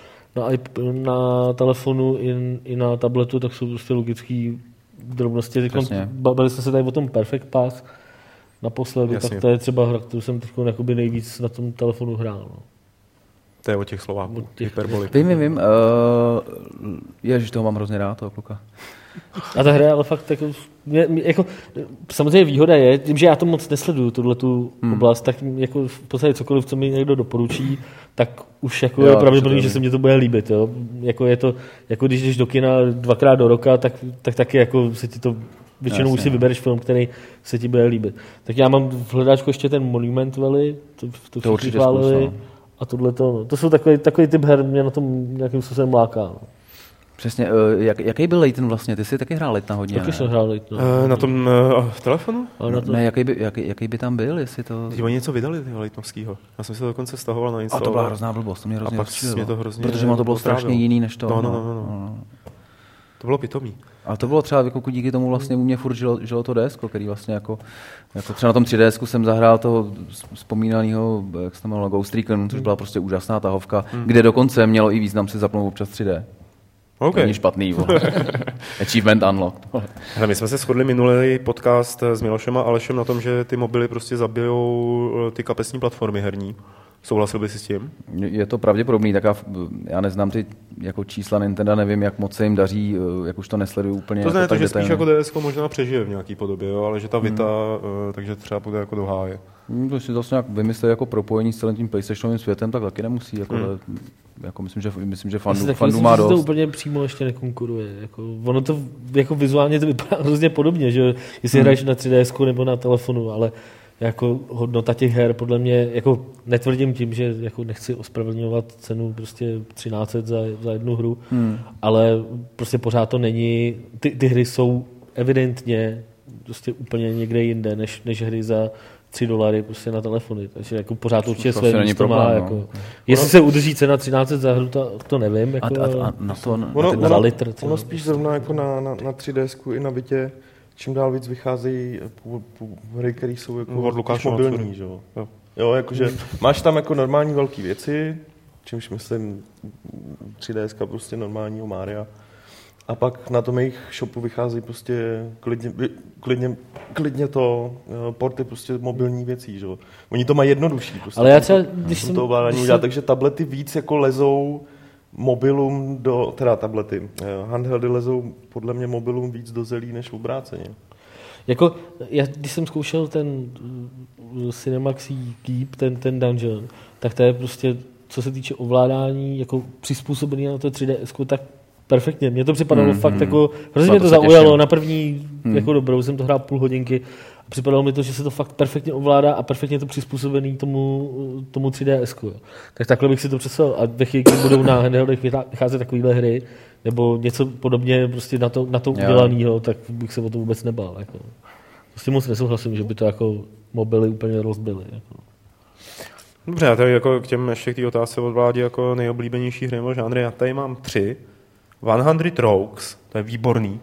na telefonu i na tabletu, tak jsou prostě logický drobnosti. Bavili jsme se tady o tom Perfect Pass naposledy, tak to je třeba hra, kterou jsem teď nejvíc na tom telefonu hrál. No. To je o těch Slováků, hyperboli. Vím. Ježiš, toho mám hrozně rád, toho kluka. A ta hra ale fakt jako samozřejmě výhoda je, tím, že já to moc nesleduju, tuhletu oblast, tak jako v podstatě cokoliv, co mi někdo doporučí, tak už jako je pravděpodobný, že se mně to bude líbit. Jo? Jako je to, jako když jdeš do kina 2krát do roka, tak taky jako se ti to většinou už si vybereš film, který se ti bude líbit. Tak já mám v hledáčku ještě ten Monument Valley, to všichni chválili. A tohleto, to jsou takový typ her, mě na tom nějakým způsobem láká. No. Přesně, jaký byl Layton vlastně? Ty jsi taky hrál Laytona hodně, taky jsem hrál Layton. Na tom telefonu? Ne, jaký by tam byl, jestli to... Oni něco vydali, tyho Laytonovskýho. Já jsem si to dokonce stahoval na install. A to byla hrozná blbost, to mě hrozně rozčílilo. Protože to bylo strašně jiný než to. No. To bylo pitomý. Ale to bylo třeba jako díky tomu vlastně u mě furt žilo to DSko, který vlastně jako třeba na tom 3DSku jsem zahrál toho vzpomínaného, jak se to jmenovalo, Ghost Recon, což byla prostě úžasná tahovka, kde dokonce mělo i význam si zapnout občas 3D. Okay. Není špatný. Achievement unlocked. Hele, my jsme se shodli minulý podcast s Milošem a Alešem na tom, že ty mobily prostě zabijou ty kapesní platformy herní. Souhlasil bys si s tím? Je to pravděpodobný, tak já neznám ty jako čísla Nintendo, nevím, jak moc se jim daří, jak už to nesleduju úplně. To znamená, jako že spíš jako DSK možná přežije v nějaký podobě, jo? Ale že ta Vita, takže třeba bude jako do háje. To si zase nějak vymysleli jako propojení s celým tím PlayStationovým světem, tak taky nemusí. Jako myslím, že fandů má dost. To úplně přímo ještě nekonkuruje. Jako, ono to jako vizuálně to vypadá hrozně podobně, že jestli hraješ na 3DS nebo na telefonu, ale jako hodnota těch her podle mě, jako netvrdím tím, že jako nechci ospravedlňovat cenu prostě 13 za jednu hru, ale prostě pořád to není, ty hry jsou evidentně prostě úplně někde jinde, než hry za $3 prostě na telefony, takže jako pořád určitě své místo má. No. Jako. Jestli se udrží cena 13 za hru, to nevím. Jako, ono spíš zrovna jako na 3DSku i na Vitě čím dál víc vycházejí hry, které jsou jako mobilní, že jo. Jo, jakože máš tam jako normální velké věci, čímž myslím 3DSka prostě normálního Mária. A pak na tom jejich shopu vycházejí prostě klidně to porty prostě mobilní věcí, že jo. Oni to mají jednodušší prostě. Ale já třeba, když jsem to ovládání udělat, takže tablety víc jako lezou mobilům tablety. Handheldy lezou podle mě mobilům víc do zelí než obráceně. Jako, když jsem zkoušel ten Cinemax Keep, ten dungeon, tak to je prostě, co se týče ovládání, jako přizpůsobený na to 3DS, tak perfektně. Mně to připadalo fakt jako, hrozně mě to zaujalo. Na první jako dobrou jsem to hrál půl hodinky a připadalo mi to, že se to fakt perfektně ovládá a perfektně to přizpůsobený tomu 3DS. Tak takhle bych si to představil. A ve chvíli, kdy budou na handheldech vycházet takovýhle hry, nebo něco podobně prostě na to udělanýho, tak bych se o to vůbec nebál. Jako. Prostě moc nesouhlasím, že by to jako mobily úplně rozbily. Jako. Dobře, já tady jako k těm ještě k té otázce od Vládi jako nejoblíbenější hry nebo žánry. Já tady mám 3. 100 Rogues, to je výborný,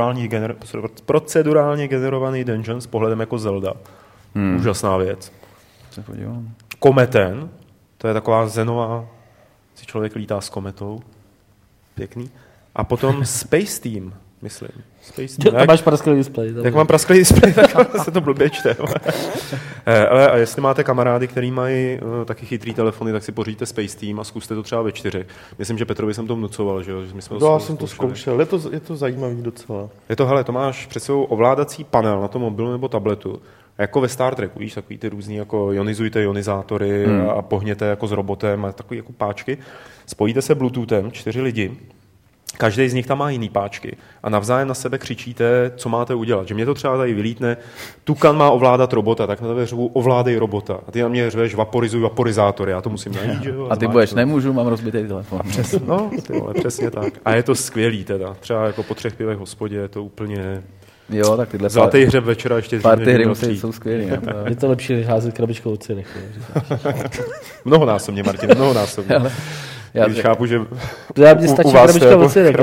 procedurálně generovaný dungeon s pohledem jako Zelda. Úžasná věc. Se podívám. Kometen, to je taková zenová, si člověk lítá s kometou. Pěkný. A potom Space Team, myslím. Space Team. Jak máš prasklý displej. Jak mám prasklý displej, tak se to blbě čte. Ale a jestli máte kamarády, který mají taky chytrý telefony, tak si poříďte Space Team a zkuste to třeba ve 4. Myslím, že Petrovi jsem to vnucoval, že my jsme já jsem to zkoušel. Je to zajímavý docela. To máš před sebou ovládací panel na tom mobilu nebo tabletu. Jako ve Star Treku, víš, takový ty různý jako ionizujte ionizátory a pohněte jako s robotem a takový jako páčky. Spojíte se Bluetoothem, 4 lidi. Každý z nich tam má jiný páčky a navzájem na sebe křičíte, co máte udělat. Že mě to třeba tady vylítne, Tukan má ovládat robota, tak na tebe řvu ovládej robota. A ty na mě řveš vaporizuj vaporizátory, já to musím najít, že jo? A ty budeš, nemůžu, mám rozbitý telefon. Přesně tak. A je to skvělý teda. Třeba jako po 3 pivech v hospodě je to úplně Jo, tak tyhle zlatý hřeb večera ještě party hry jsou skvělý. Je to lepší, než házet krabičkou od Cyrich. Mnohonásobně, Martin, mnohonásobně. Když chápu, že já mě stačí krabička od Cyrich.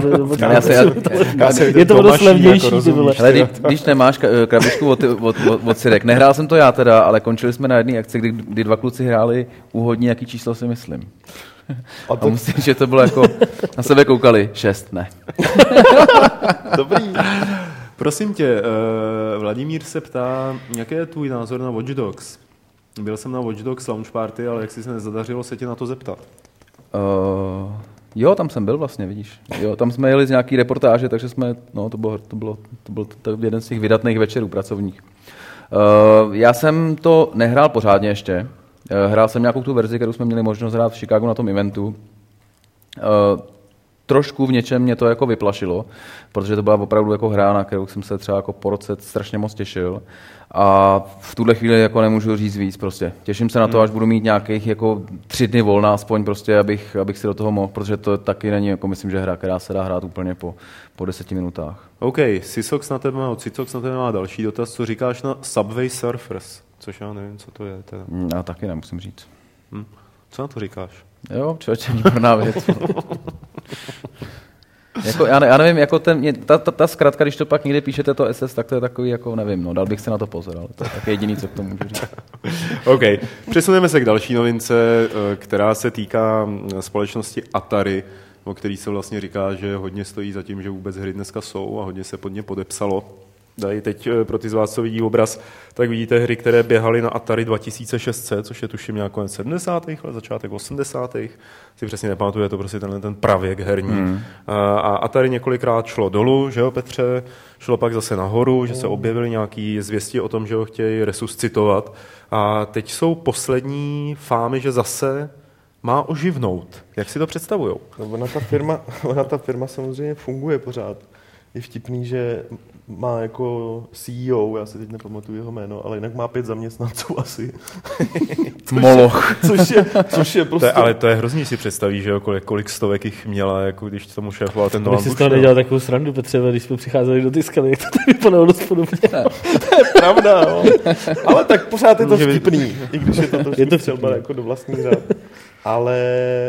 Je to dost levnější. Ale když nemáš krabičku od Cyrich, nehrál jsem to já teda, ale končili jsme na jedné akci, kdy dva kluci hráli úhodní, jaký číslo si myslím. A musím, že to bylo jako, na sebe koukali, 6, ne. Dobrý. Prosím tě, Vladimír se ptá, jaký je tvůj názor na Watch Dogs? Byl jsem na Watch Dogs Launch Party, ale jak si se nezadařilo se tě na to zeptat? Jo, tam jsem byl vlastně, vidíš. Jo, tam jsme jeli z nějaký reportáže, takže jsme, no, to byl jeden z těch vydatných večerů pracovních. Já jsem to nehrál pořádně ještě. Hrál jsem nějakou tu verzi, kterou jsme měli možnost hrát v Chicagu na tom eventu. Trošku v něčem mě to jako vyplašilo, protože to byla opravdu jako hra, na kterou jsem se třeba jako po roce strašně moc těšil. A v tuhle chvíli jako nemůžu říct víc prostě. Těším se na to, až budu mít nějakých jako 3 dny volna aspoň prostě, abych si do toho mohl, protože to taky není jako myslím, že hra, která se dá hrát úplně po 10 minutách. OK, Cisox na tebe má další dotaz, co říkáš na Subway Surfers, což já nevím, co to je. Teda. Já taky nemusím říct. Co na to říkáš? Jo, člověče, výborná věc. Jako, já nevím, jako ta zkratka, když to pak někde píšete to SS, tak to je takový, jako nevím, no, dal bych se na to pozor, ale to je taky jediný, co k tomu můžu říct. OK, přesuneme se k další novince, která se týká společnosti Atari, o který se vlastně říká, že hodně stojí za tím, že vůbec hry dneska jsou a hodně se pod ně podepsalo. Tady teď pro ty z vás, co vidí obraz, tak vidíte hry, které běhaly na Atari 2600, což je tuším nějak konec 70. let, začátek 80. Si přesně nepamatuju, je to prostě ten pravěk herní. A Atari několikrát šlo dolů, že jo, Petře, šlo pak zase nahoru, že se objevily nějaké zvěsti o tom, že ho chtějí resuscitovat. A teď jsou poslední fámy, že zase má oživnout. Jak si to představujou? No, ona ta firma samozřejmě funguje pořád. Je vtipný, že má jako CEO, já si teď nepamatuju jeho jméno, ale jinak má 5 zaměstnanců asi. Moloch. Což je prostě... Ale to je hrozný, si představí, že jo, kolik stovek jich měla, jako když tomu šéfoval ten Nolan Bush. Když jsi z toho nedělal takovou srandu, Petře, když jsme přicházeli do Tiskany, jak to tady vypadalo dost podobně. To je pravda, jo. Ale tak pořád je to vtipný, i když je to třeba jako do vlastní řád. Ale...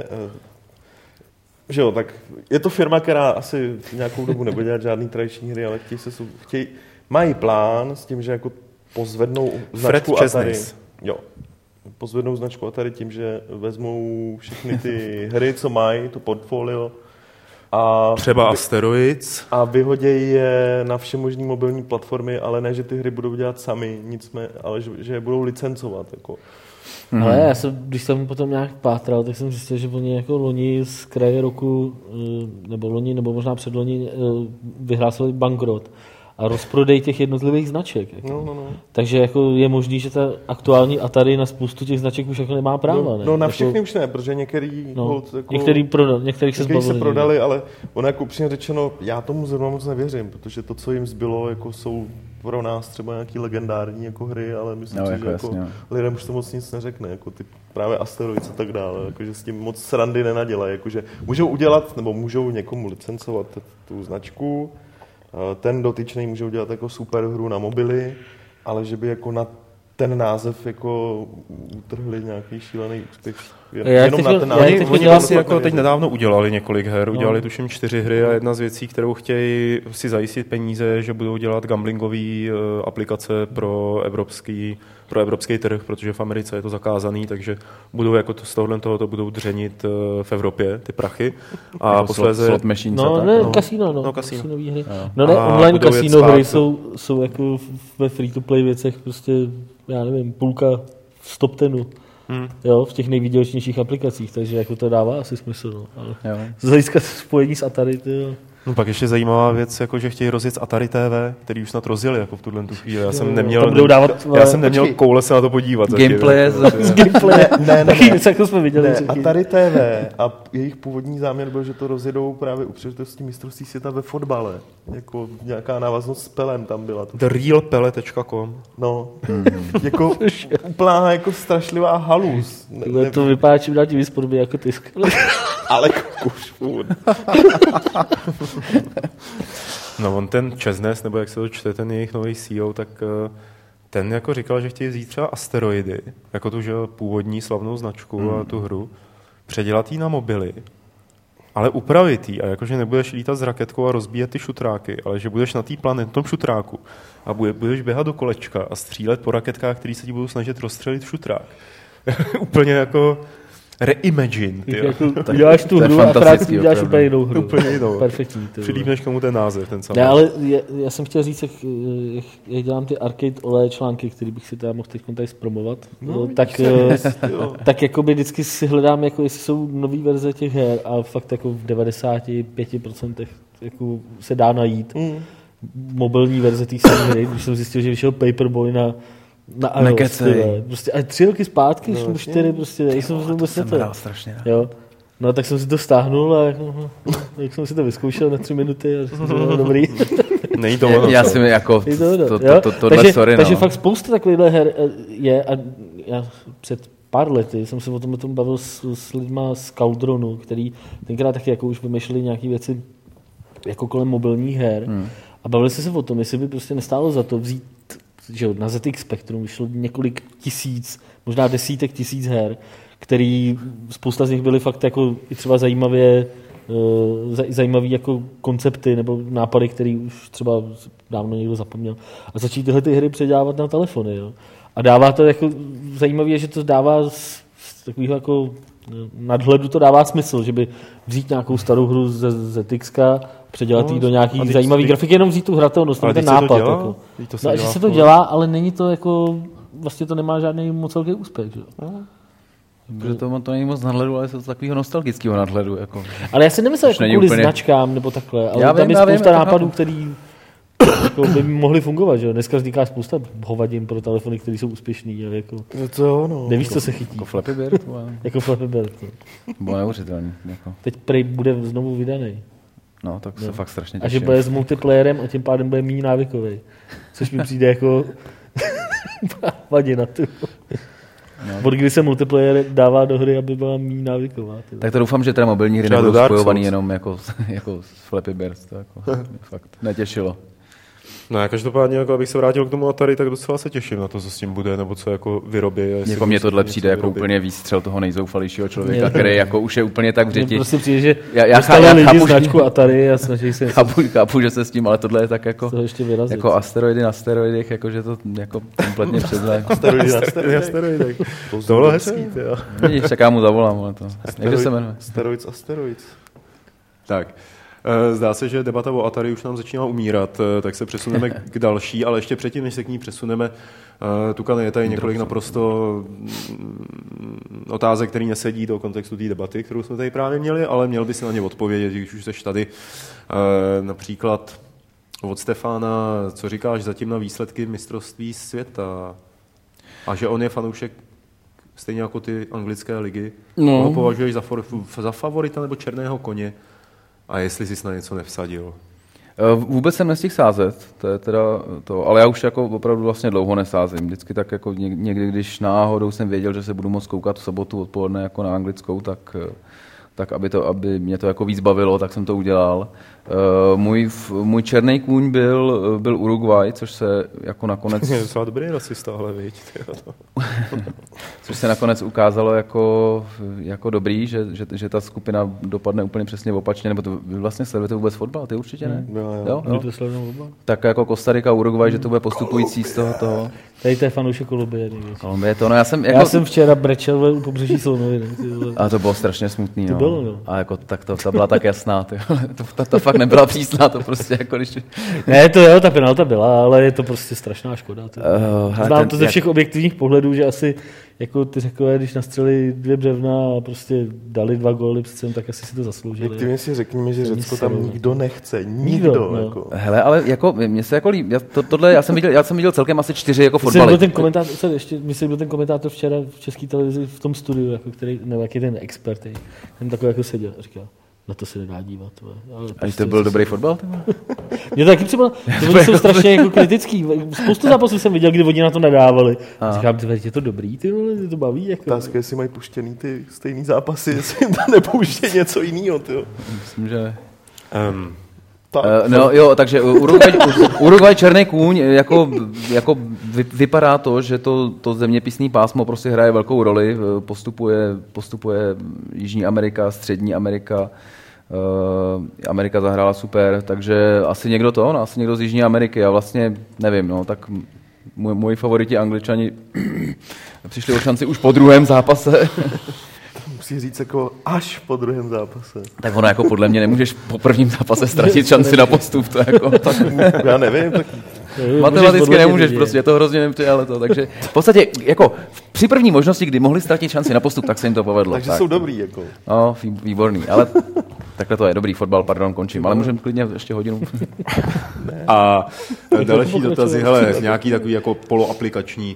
Že jo, tak je to firma, která asi nějakou dobu nebude dělat žádný tradiční hry, ale mají plán s tím, že jako pozvednou značku Atari. Jo, pozvednou značku Atari tím, že vezmou všechny ty hry, co mají, to portfolio. A třeba Asteroids. A vyhodějí je na všemožný mobilní platformy, ale ne, že ty hry budou dělat sami, ale že je budou licencovat. Jako. Ale když jsem potom nějak pátral, tak jsem zjistil, že oni jako loni z kraje roku, nebo možná předloni, vyhlásili bankrot a rozprodej těch jednotlivých značek. Jako. No. Takže jako je možný, že ta aktuální Atari na spoustu těch značek už jako nemá práva. Ne? No na všechny už ne, protože některých se prodali, ale ono jako upřímně řečeno, já tomu zrovna moc nevěřím, protože to, co jim zbylo, jako jsou pro nás třeba nějaký legendární jako hry, ale myslím si, že jako lidem už to moc nic neřekne, jako ty právě Asteroids a tak dále, jakože s tím moc srandy nenadělají, jakože můžou udělat, nebo můžou někomu licencovat tu značku, ten dotyčný může udělat jako super hru na mobily, ale že by jako na ten název jako utrhli nějaký šílený úspěch. Jenom na ten název. Oni vlastně jako teď nedávno udělali několik her, udělali tuším 4 hry a jedna z věcí, kterou chtějí si zajistit peníze, že budou dělat gamblingové aplikace pro evropský trh, protože v Americe je to zakázaný, takže budou jako z tohoto budou dřenit v Evropě ty prachy. A jako posléze... Slot machines. Kasinové hry. Online kasino hry jsou jako ve free-to-play věcech prostě, já nevím, půlka z top 10. Jo, v těch nejvýdělečnějších aplikacích, takže jako to dává asi smysl. No. Ale z hlediska spojení s Atari, jo. No pak ještě zajímavá věc, jako že chtějí rozjet Atari TV, který už snad rozjeli jako v tuhle chvíli. Já jsem neměl koule se na to podívat. Gameplay ne. Jako jsme viděli. Ne, Atari TV a jejich původní záměr byl, že to rozjedou právě u příležitosti mistrovství světa ve fotbale. Jako nějaká návaznost s Pelem tam byla. TheRealPele.com. No, jako úplná jako strašlivá halus. To vypadá čím dál tím víc podobně jako Tisk. Ale kuš, No on ten Česnes, nebo jak se to čte, ten jejich nový CEO, tak ten jako říkal, že chtějí vzít třeba Asteroidy, jako tu že původní slavnou značku a tu hru, předělat jí na mobily, ale upravit jí a jakože nebudeš lítat s raketkou a rozbíjet ty šutráky, ale že budeš na té planetě, tom šutráku a budeš běhat do kolečka a střílet po raketkách, který se ti budou snažit rozstřelit šutrák. Úplně jako reimagine. Děláš tu hru a akorát děláš úplně jinou hru. Úplně jinou. Perfektní. Přilíbneš k tomu ten název, ten samý. Ne, ale já jsem chtěl říct, jak dělám ty Arcade Ole články, který bych si teda mohl teď tady zpromovat, tak jakoby vždycky si hledám, jako jestli jsou nový verze těch her a fakt jako v 95% jako se dá najít mobilní verze těch samých hry, když jsem zjistil, že vyšel Paperboy na iOS, prostě a 3 roky zpátky, no, 4, prostě, jsem hrál strašně rád. Jo. No tak jsem si to stáhnul a jak jsem si to vyzkoušel na 3 minuty a říkám, že bylo dobrý. Není to ono. Já si jako tohle sorry, takže fakt spousta takovýchhle her je a já před pár lety jsem se o tom bavil s lidma z Cauldronu, který tenkrát taky jako už vymýšleli nějaké věci jako kolem mobilních her a bavili se o tom, jestli by prostě nestálo za to vzít, že na ZX Spectrum vyšlo několik tisíc, možná desítek tisíc her, který spousta z nich byly fakt jako i třeba zajímavý jako koncepty nebo nápady, který už třeba dávno někdo zapomněl. A začít tyhle ty hry předávat na telefony. Jo. A dává to jako zajímavé je, že to dává z takového jako nadhledu to dává smysl, že by vzít nějakou starou hru ze ZXka, předělat jí do nějaký zajímavý grafiky, jenom vzít tu hratelnost, ten nápad. Jako. Že se to dělá, ale není to jako, vlastně to nemá žádný moc velký úspěch. Že? Protože to není moc nadhledu, ale je to takového nostalgického nadhledu. Jako. Ale já si nemyslel jako kvůli značkám nebo takhle, ale tam je spousta nápadů, který jako by mohly fungovat. Že? Dneska vzniká spousta hovadin pro telefony, které jsou úspěšný. Jako, nevíš, co se chytí. Jako Flappy Bird? Jako Flappy Bird. Bylo neuvěřitelný. Jako. Teď prej bude znovu vydaný. No, tak se fakt strašně těším. A že bude s multiplayerem a tím pádem bude méně návykový. Což mi přijde jako vadina. Od kdy se multiplayer dává do hry, aby byla méně návyková. Tak to doufám, že teda mobilní hry nebudou spojovaný jenom jako s Flappy Bird. To jako fakt netěšilo. No já každopádně, jako abych se vrátil k tomu Atari, tak docela se těším na to, co s tím bude, nebo co jako vyrobí. Jako mně tohle přijde jako úplně výstřel toho nejzoufalejšího člověka, který jako už je úplně tak v řeti. Prostě přijde, že já chápu značku Atari a snaží se... Chápu, že se s tím, ale tohle je tak jako asteroidy na steroidech, jako že to jako kompletně předzve. Asteroidy na steroidech. To bylo hezký, jo. Vidíš, tak já mu zavolám, ale to. Jak se jmenuje? Asteroids. Tak. Zdá se, že debata o Atari už nám začíná umírat, tak se přesuneme k další, ale ještě předtím, než se k ní přesuneme, Tukane, je tady několik naprosto otázek, které nesedí do kontextu té debaty, kterou jsme tady právě měli, ale měl by si na ně odpovědět, když už jsi tady. Například od Stefána, co říkáš zatím na výsledky mistrovství světa? A že on je fanoušek stejně jako ty anglické ligy. No. Ho považuješ za favorita nebo černého koně? A jestli jsi na něco nevsadil? Vůbec jsem nestihl sázet, to je teda to, ale já už jako opravdu vlastně dlouho nesázím. Vždycky tak jako někdy, když náhodou jsem věděl, že se budu moct koukat v sobotu odpoledne jako na anglickou, tak aby mě to jako víc bavilo, tak jsem to udělal. Můj černý kůň byl Uruguay, což se jako nakonec... Je docela dobrý rasista, ale víš. Což se nakonec ukázalo jako dobrý, že ta skupina dopadne úplně přesně opačně, nebo to vy vlastně sledujete vůbec fotbal, ty určitě ne? Jo. To sleduju. Tak jako Kostarika, Uruguay, že to bude postupující z toho. Tady to je fanoušek Kolumbie. Kolumbie to, no já jsem včera brečel u pobřeží Slonoviny. A to bylo strašně smutný, to no. Bylo, no. A jako tak to byla tak jasná, to fakt nebyla přísná, to prostě jako když... Ne, to jo, ta penalta byla, ale je to prostě strašná škoda. Znám to ze všech objektivních pohledů, že asi jako ty Řekové, když nastřelili 2 břevna a prostě dali 2 góly přece, tak asi si to zasloužili. Objektivně si řekněme, že Řecko tam nikdo nechce. Nikdo. No. Jako. Hele, ale jako, mně se jako líbí, já jsem viděl celkem asi 4 jako fotbaly. Mně se byl ten komentátor včera v České televizi v tom studiu, jako který, nebo jaký ten expert, ten takový jako seděl a říkal, na to se nedá dívat. A to byl dobrý fotbal? Mě to taky třeba, to jsou strašně jako kritický. Spoustu zápasů jsem viděl, kdy oni na to nadávali. Říkám, je to dobrý, ty vole, to baví. Jako. Otázka, jestli mají puštěný ty stejný zápasy, jestli jim tam nepouště něco jiného. Myslím, že ne. No jo, takže Uruguay Černý kůň, jako vypadá to, že to zeměpisný pásmo prostě hraje velkou roli, postupuje Jižní Amerika, Střední Amerika, Amerika zahrála super, takže asi někdo z Jižní Ameriky, a vlastně nevím, no, tak moji favoriti Angličani přišli o šanci už po druhém zápase. Musí říct jako až po druhém zápase. Tak ono jako podle mě nemůžeš po prvním zápase ztratit šanci na postup, to jako... Tak já nevím, tak... Matematicky nemůžeš, prostě je to hrozně nepřijale to, takže v podstatě jako při první možnosti, kdy mohli ztratit šanci na postup, tak se jim to povedlo. Takže tak. Jsou dobrý, jako. No, výborný, ale takhle to je, dobrý fotbal, pardon, končím, ale můžeme klidně ještě hodinu. A další dotazy, hele, nějaký takový jako poloaplikační.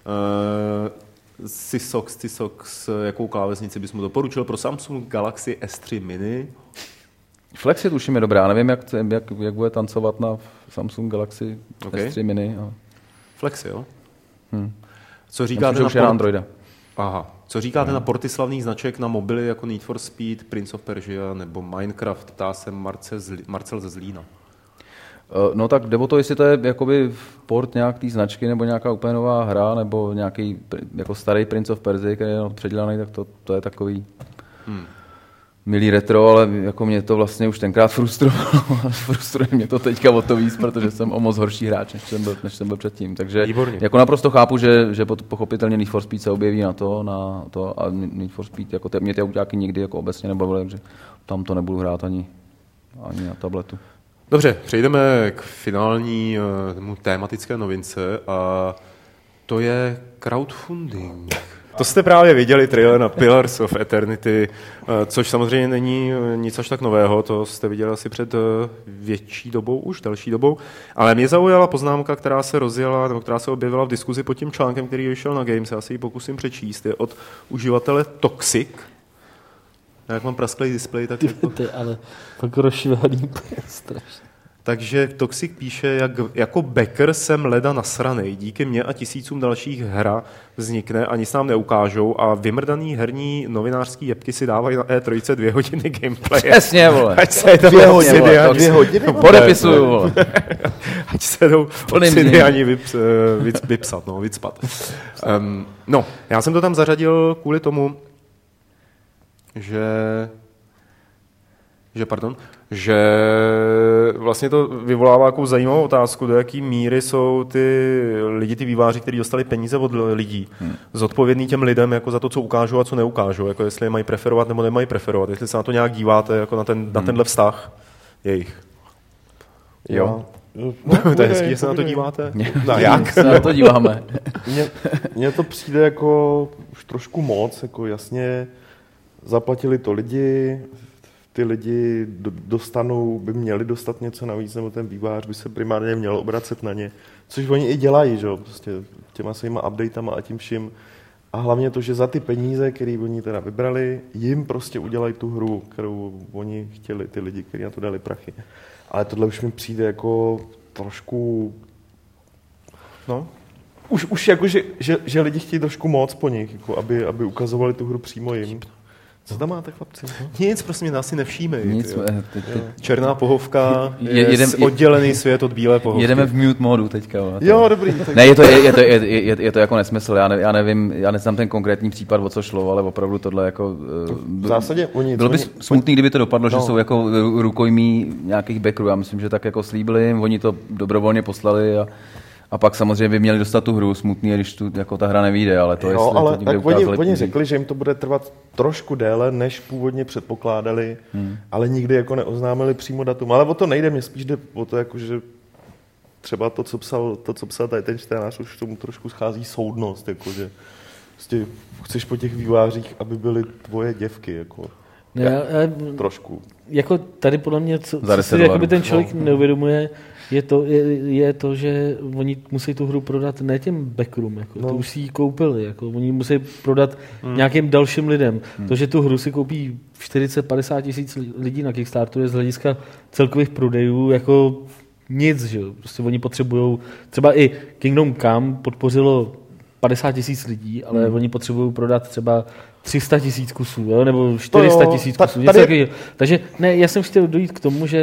Sysox, jakou klávesnici bys mu doporučil pro Samsung Galaxy S3 Mini? Flexi tuším je dobrá, nevím, jak bude tancovat na Samsung Galaxy S3 Mini. Flexi, jo? Co říkáte na Androida? Aha. Co říkáte na porty slavných značek na mobily jako Need for Speed, Prince of Persia nebo Minecraft? Ptá se Marcel ze Zlína. No tak jde o to, jestli to je jakoby port nějak té značky nebo nějaká úplně nová hra nebo nějaký jako starý Prince of Persia, který je předělaný, tak to je takový milý retro, ale jako mě to vlastně už tenkrát frustrovalo. Frustruje mě to teďka o to víc, protože jsem o moc horší hráč, než jsem byl předtím. Takže jako naprosto chápu, že pochopitelně Need for Speed se objeví na to a Need for Speed, jako mě ty autáky nikdy jako obecně nebavily, takže tam to nebudu hrát ani na tabletu. Dobře, přejdeme k finální tématické novince a to je crowdfunding. To jste právě viděli trailer na Pillars of Eternity, což samozřejmě není nic až tak nového, to jste viděli asi před delší dobou, ale mě zaujala poznámka, která se rozjela, nebo která se objevila v diskuzi pod tím článkem, který vyšel na Games, já si ji pokusím přečíst, je od uživatele Toxic. Jak mám prasklý displej, tak jako... Ty, ale pak rozšívaný strašně. Takže Toxic píše, jako backer jsem leda nasranej. Díky mně a tisícům dalších hra vznikne a nic nám neukážou a vymrdaný herní novinářský jebky si dávají na E3 2 hodiny gameplay. Přesně, vole. Ať se jdou 2 hodiny? Podepisuju, vole. Ať se jdou Obsidiani vycpat. No, já jsem to tam zařadil kvůli tomu, že vlastně to vyvolává takovou zajímavou otázku, do jaký míry jsou ty vývojáři, kteří dostali peníze od lidí, zodpovědní těm lidem jako za to, co ukážou a co neukážou, jako jestli je mají preferovat nebo nemají preferovat, jestli se na to nějak díváte jako na tenhle vztah jejich. Jo. No, to je hezký, že se na to díváte. Jak se na to díváme? Mně to přijde jako už trošku moc, jako jasně zaplatili to lidi, ty lidi by měli dostat něco navíc, nebo ten vývojář by se primárně měl obracet na ně, což oni i dělají, že? Prostě těma svýma updatama a tím vším. A hlavně to, že za ty peníze, které oni teda vybrali, jim prostě udělají tu hru, kterou oni chtěli, ty lidi, kteří na to dali prachy. Ale tohle už mi přijde jako trošku... No, už jako, že lidi chtějí trošku moc po nich, jako aby ukazovali tu hru přímo jim. Co tam máte, chlapci? Nic, prostě mě asi nevšímej. Černá pohovka, oddělený svět od bílé pohovky. Jedeme v mute modu teďka. Jo, dobrý. Ne, je to jako nesmysl. Já nevím, já neznám ten konkrétní případ, o co šlo, ale opravdu tohle jako... V zásadě bylo by smutný, kdyby to dopadlo, že jsou jako rukojmí nějakých backerů. Já myslím, že tak jako slíbili, oni to dobrovolně poslali a pak samozřejmě by měli dostat tu hru, smutný, když tu jako ta hra nevyjde, ale to jo, ale tak oni řekli, že jim to bude trvat trošku déle, než původně předpokládali, ale nikdy jako neoznámili přímo datum. Ale o to nejde, mě spíš jde o to, jako, že třeba to, co psal tady ten čtenář, už tomu trošku schází soudnost, jako, že prostě chceš po těch vývojářích, aby byly tvoje děvky, jako. Trošku. Jako tady podle mě, co si jakoby ten člověk neuvědomuje, je to, že oni musí tu hru prodat ne těm backerům, jako, to už si ji koupili, jako, oni musí prodat nějakým dalším lidem. To, že tu hru si koupí 40-50 tisíc lidí na Kickstarteru je z hlediska celkových prodejů jako nic, že jo. Prostě oni potřebujou, třeba i Kingdom Come podpořilo 50 tisíc lidí, ale oni potřebují prodat třeba 300 tisíc kusů, jo? Nebo 400 tisíc kusů. Takže ne, já jsem chtěl dojít k tomu, že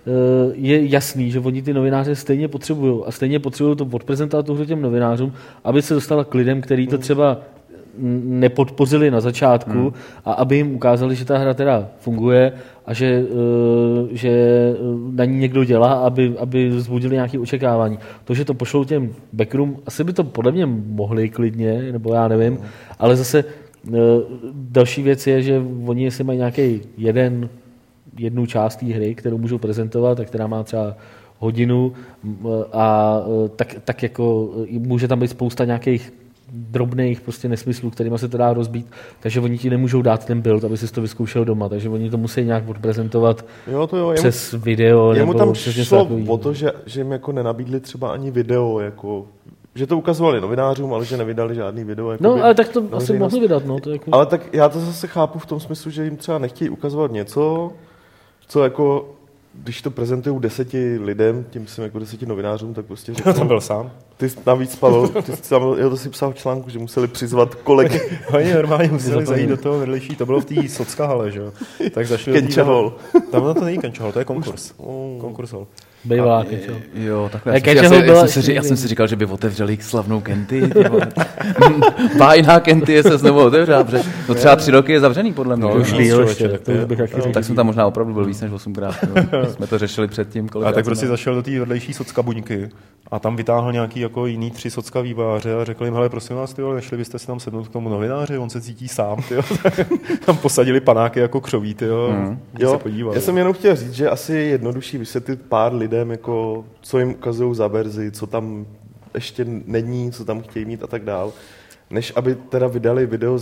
je jasný, že oni ty novináře stejně potřebují a stejně potřebují to odprezentovat tu hru těm novinářům, aby se dostala k lidem, kteří to třeba nepodpořili na začátku a aby jim ukázali, že ta hra teda funguje a že na ní někdo dělá, aby vzbudili nějaké očekávání. To, že to pošlou těm backroom, asi by to podle mě mohli klidně, nebo já nevím, ale zase další věc je, že oni jestli mají nějaký jednu část té hry, kterou můžou prezentovat a která má třeba hodinu a tak jako může tam být spousta nějakých drobných prostě nesmyslů, kterýma se to dá rozbít, takže oni ti nemůžou dát ten build, aby si to vyzkoušel doma, takže oni to musí nějak odprezentovat přes video. Jemu tam šlo o to, že jim jako nenabídli třeba ani video, jako, že to ukazovali novinářům, ale že nevydali žádný video. Jako no, ale tak to asi mohli vydat. No, to jako... Ale tak já to zase chápu v tom smyslu, že jim třeba nechtějí ukazovat něco, co jako, když to prezentují 10 lidem, tím jsem jako 10 novinářům, tak prostě řeknu... Tam byl sám. Ty navíc, Pavel, to si psal v článku, že museli přizvat kolegy. Oni normálně museli zajít do toho vedlejší, to bylo v té Socka hale, že jo? Tak zašli Kenče Hall. Tam to není Kenče Hall, to je konkurs. Konkurs hall. Bývalá Kenče Hall. Jo, takhle. Já jsem si říkal, že by otevřeli slavnou Kenty. Bájná Kenty se znovu otevřela, protože to třeba 3 roky je zavřený, podle mě. Tak jsem tam možná opravdu byl víc než 8krát. Jsme to řešili předtím. A tak prostě zašel do té vedlejší Socka buňky a tam vytáhl nějaký jako jiný 3 Socka vývojáře a řekl jim, hele, prosím vás, tyjo, nešli byste si tam sednout k tomu novináři, on se cítí sám, tyjo. Tam posadili panáky jako křoví, tyjo. Jo, já jsem jenom chtěl říct, že asi je jednodušší vysvětlit pár lidem, jako, co jim ukazují za verzi, co tam ještě není, co tam chtějí mít a tak dál, než aby teda vydali video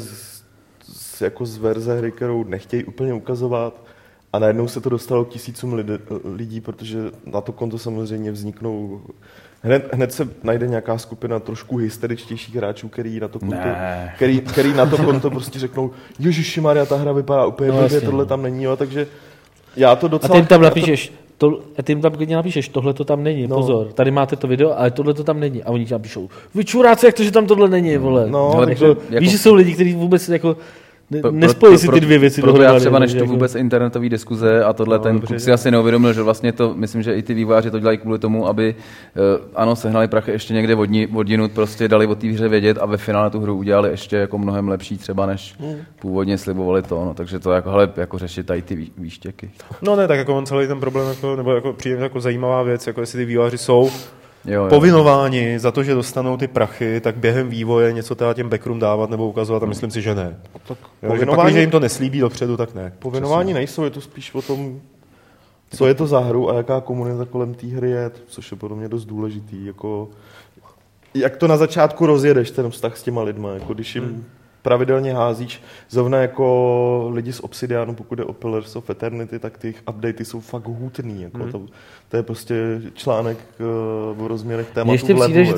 jako z verze hry, kterou nechtějí úplně ukazovat a najednou se to dostalo k tisícům lidí, protože na to konto samozřejmě vzniknou hned se najde nějaká skupina trošku hysteričtějších hráčů, který na to konto, který na to konto prostě řeknou, ježišimarja, ta hra vypadá úplně blbě, tohle tam není, jo, takže já to docela... A ty jim tam napíšeš, napíšeš, tohle to tam není, pozor, tady máte to video, ale tohle to tam není. A oni ti napíšou, vy čuráci, jak to, že tam tohle není, vole. Víš, že jsou lidi, kteří vůbec jako... Nespojí si ty dvě věci dohromady. Já třeba než to vůbec internetový diskuze a tohle ten kluk si asi neuvědomil, že vlastně to, myslím, že i ty vývojáři to dělají kvůli tomu, aby ano, sehnali prachy ještě někde odinut, prostě dali o té hře vědět a ve finále tu hru udělali ještě jako mnohem lepší třeba, než původně slibovali to, no, takže to jako řešit tady ty výštěky. No ne, tak jako on celý ten problém, jako, nebo jako přijde jako zajímavá věc, jako jestli ty vývojáři jsou povinováni za to, že dostanou ty prachy, tak během vývoje něco teda těm backroom dávat nebo ukazovat a myslím si, že ne. Tak povinování, že jim to neslíbí dopředu, tak ne. Povinování nejsou, je to spíš o tom, co je to za hru a jaká komunita kolem té hry je, což je podle mě dost důležitý. Jako, jak to na začátku rozjedeš, ten vztah s těma lidma, jako když jim pravidelně házíš, zrovna jako lidi z Obsidianu, pokud je o Pillars of Eternity, tak ty updaty jsou fakt hutný. Jako to je prostě článek o rozměrech tématu. Mně